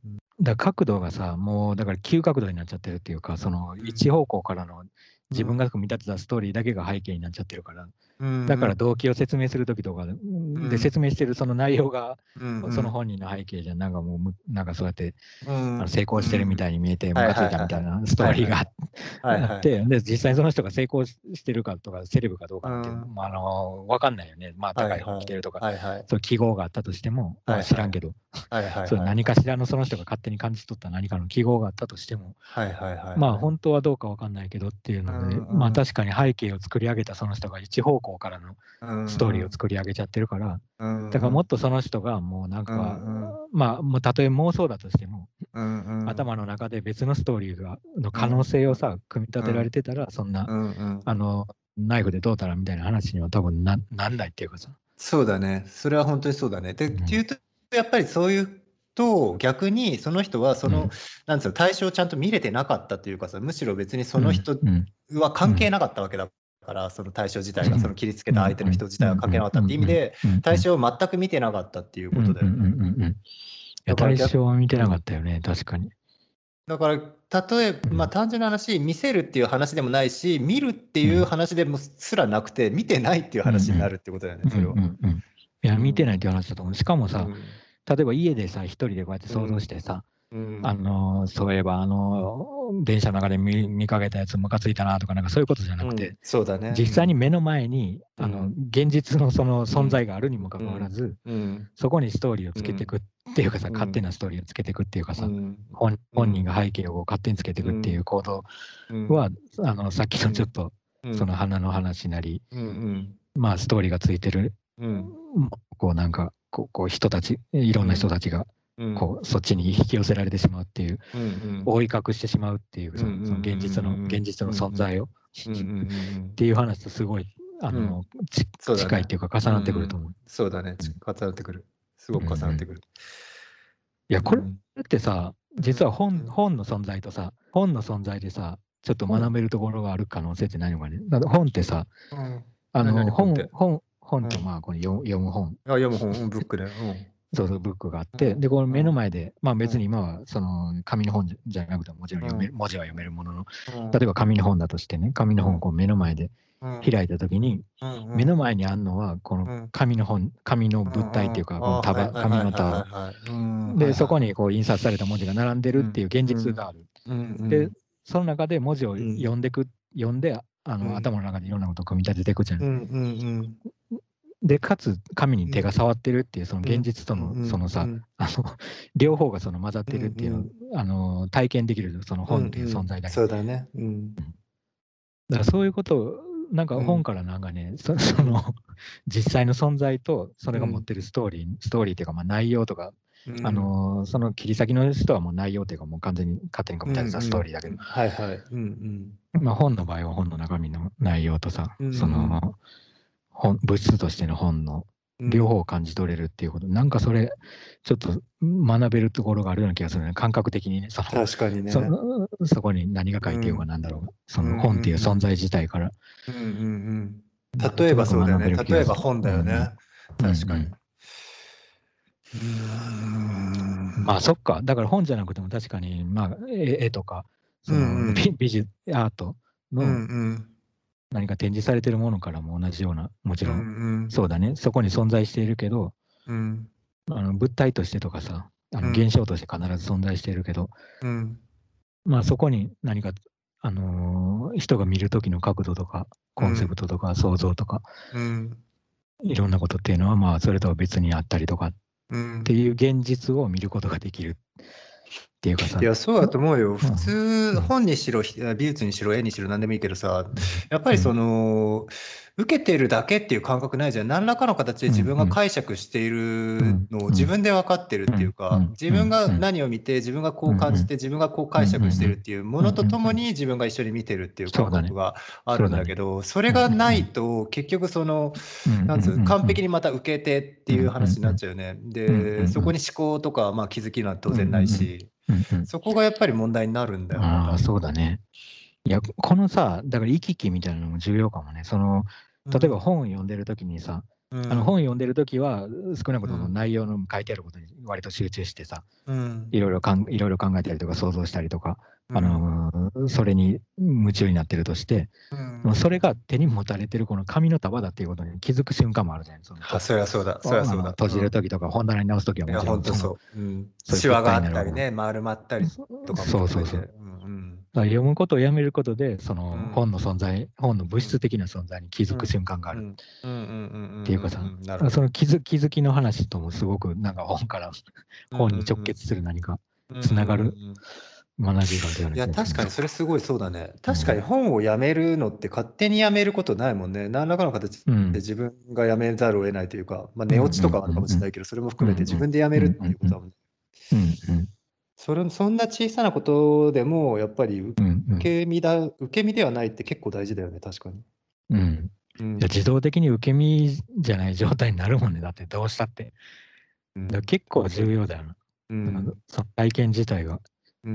だ角度がさ、もうだから急角度になっちゃってるっていうか、その一方向からの自分が組み立てたストーリーだけが背景になっちゃってるから、だから動機を説明するときとかで説明してるその内容が、その本人の背景じゃなんかもうなんかそうやってあの成功してるみたいに見えてムカついたみたいなストーリーがあって、で実際その人が成功してるかとかセレブかどうかなんて、まあ、あの分かんないよね。まあ高い服着てるとか、そういう記号があったとしても、まあ、知らんけど、それ何かしらのその人が勝手に感じ取った何かの記号があったとしても、まあ本当はどうか分かんないけどっていうので、まあ確かに背景を作り上げたその人が一方向からのストーリーを作り上げちゃってるから、だからもっとその人がもうなんか、まあもうたとえ妄想だとしても、頭の中で別のストーリーがの可能性をさ組み立てられてたら、そんなあのナイフでどうたらみたいな話には多分ななんないっていうかさ。 そうだね、それは本当にそうだね。で、っていうとやっぱりそういうと逆にその人はその、なんつうの、対象をちゃんと見れてなかったっていうかさ、むしろ別にその人は関係なかったわけだから、その対象自体が、その切りつけた相手の人自体は関係なかったっていう意味で、対象を全く見てなかったっていうことだよね。 いや対象は見てなかったよね、確かに。 だから例えば、まあ、単純な話、見せるっていう話でもないし、見るっていう話でもすらなくて、見てないっていう話になるってことだよね、それは。 いや、見てないっていう話だと思う。しかもさ、例えば家でさ、一人でこうやって想像してさ、あのそういえばあの電車の中で 見, 見かけたやつムカついたなとかなんかそういうことじゃなくて、 うん、そうだね、 実際に目の前に、うん、あの現実のその存在があるにもかかわらず、うんうん、そこにストーリーをつけていくっていうかさ、うん、勝手なストーリーをつけていくっていうかさ、うん、本, 本人が背景を勝手につけていくっていう行動は、うん、あのさっきのちょっと、うん、その花の話なり、うんうん、まあストーリーがついてる、うん、こうなんかこうこう人たちいろんな人たちが、こうそっちに引き寄せられてしまうっていう、うんうん、覆い隠してしまうっていう、その現実の現実の存在をっていう話とすごいあの、うんちね、近いっていうか重なってくると思う。 うんうん、そうだね、重なってくる。すごく重なってくる。 いやこれってさ、実は本、うん、本の存在とさ、本の存在でさ、ちょっと学べるところがある可能性ってないのかね。だ本ってさ、うん、あの本本本ってまあこれ読む本。 あ、読む本、ブックで。うんそうそう、ブックがあって、で、この目の前で、まあ別に今はその紙の本じゃなくてももちろん読め、文字は読めるものの、例えば紙の本だとしてね、紙の本をこう目の前で開いたときに、目の前にあるのはこの紙の本、紙の物体っていうか、この束、紙の束。で、そこにこう印刷された文字が並んでるっていう現実がある。で、その中で文字を読んでく、読んで、あの頭の中でいろんなことを組み立てていくじゃん。でかつ紙に手が触ってるっていうその現実とのそのさ、あの両方がその混ざってるっていうのをあの体験できるその本っていう存在だけど、 そうだね、うん、 だからそういうことをなんか本からなんかね、その実際の存在とそれが持ってるストーリー、ストーリーっていうかまあ内容とか、あのその切り裂きの人はもう内容っていうかもう完全に勝手に組み立てたストーリーだけど、 はいはい、 まあ本の場合は本の中身の内容とさ、その本物質としての本の両方を感じ取れるっていうこと、うん、なんかそれちょっと学べるところがあるような気がするね、感覚的にね。その確かにね。 そ, そこに何が書いてようかなんだろうが、うん、その本っていう存在自体から。 うんうんうん、例えばそうだよね。例えば本だよね。うん、確かに。 うん、うんまあそっか。だから本じゃなくても確かに、まあ、絵とかその、うんうん、美術アートの、うんうん何か展示されてるものからも同じような、もちろん、うんうん、そうだね、そこに存在しているけど、うん、あの物体としてとかさ、あの現象として必ず存在しているけど、うん、まあそこに何か、あのー、人が見るときの角度とか、コンセプトとか想像とか、うん、いろんなことっていうのは、まあそれとは別にあったりとかっていう現実を見ることができる。っていうかさ、 いや、そうだと思うよ。普通、本にしろ、美術にしろ、絵にしろ、何でもいいけどさ、やっぱりその、受けてるだけっていう感覚ないじゃん。何らかの形で自分が解釈しているのを自分で分かってるっていうか、自分が何を見て、自分がこう感じて、自分がこう解釈してるっていうものとともに自分が一緒に見てるっていう感覚があるんだけど、それがないと、結局その、なんつう、完璧にまた受けてっていう話になっちゃうよね。で、そこに思考とか、まあ気づきは当然ないし、そこがやっぱり問題になるんだよね。 ああ、そうだね。いや、このさ、だから行き来みたいなのも重要かもね。その、例えば本を読んでるときにさ、 あのうん。 本読んでる時は、少なくともうん。 内容の書いてあることに割と集中してさ、 うん。 いろいろかんいろいろ考えたりとか想像したりとか、あうん。 のーそれに夢中になってるとして、 うでもそれん。 が手に持たれてるこの紙の束だっていうことに気づく瞬間もあるじゃない。そのあ、 とそりゃそうだ、そりゃあのそうだ。 閉じるうん。 時とか本棚に直す時はいや、 もちろん、そのほんとそう。うん。 そういう物シワがあ体になるわけじゃん。 ったりね、丸まったりとかもそう含めて。 そうそう。 うんうん。 だから読むことをやめることで、そのうん。 本の存在、本の物うん。 質的な存在に気づくうん。 瞬間があるっうん。うんうんうんうんていうかさ、 うんうん。なるほど。 その気づ気づきの話ともすごくなんか本からうんうん本に直うん。 結する何かうんうんつながるうんうん。 学びがあるよういや、 な気がするな。 確かにそれすごいそうだね。確かにうん。 本をやめるのって勝手にやめることないもんね。何らかの形うん。 で自分がやめざるを得ないというか、ま、 うんう寝落ちとかはあるかんうんうん。 もしれないけど、それもうん含めて自分でやめるっうんうんうん。 ていうことはもんね。 うんうん。 それそんな小さなことでもやっぱり受うんうん。 け身だ受け身ではないって結構大事だよね、確かに。 うん。いや、 うん。 自動的に受け身じゃない状態になるもんね、だってどうしたって。だからうん。 結構重要だよな。だからうん。 その体験自体が。 うん。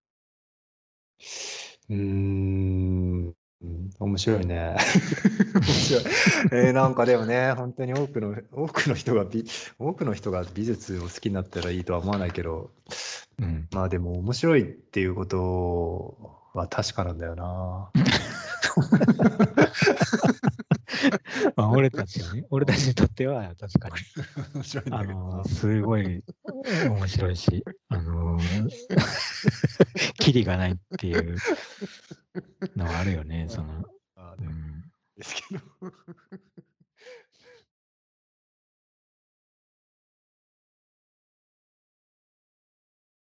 うーん。うん、面白いね。面白い。えー、なんかでもね、ほんとに多くの多くの人がび多くの人が美術を好きになったらいいとは思わないけど、 うん。 まあ、でも面白いっていうことは確かなんだよな。 まあ、俺たちに俺たちにとっては確かに、 面白いんだけどあの、 な。 すごい面白いし、あの、キリがないっていうのはあるよね、 まあ、 その、 まあね、 うん。 ですけど。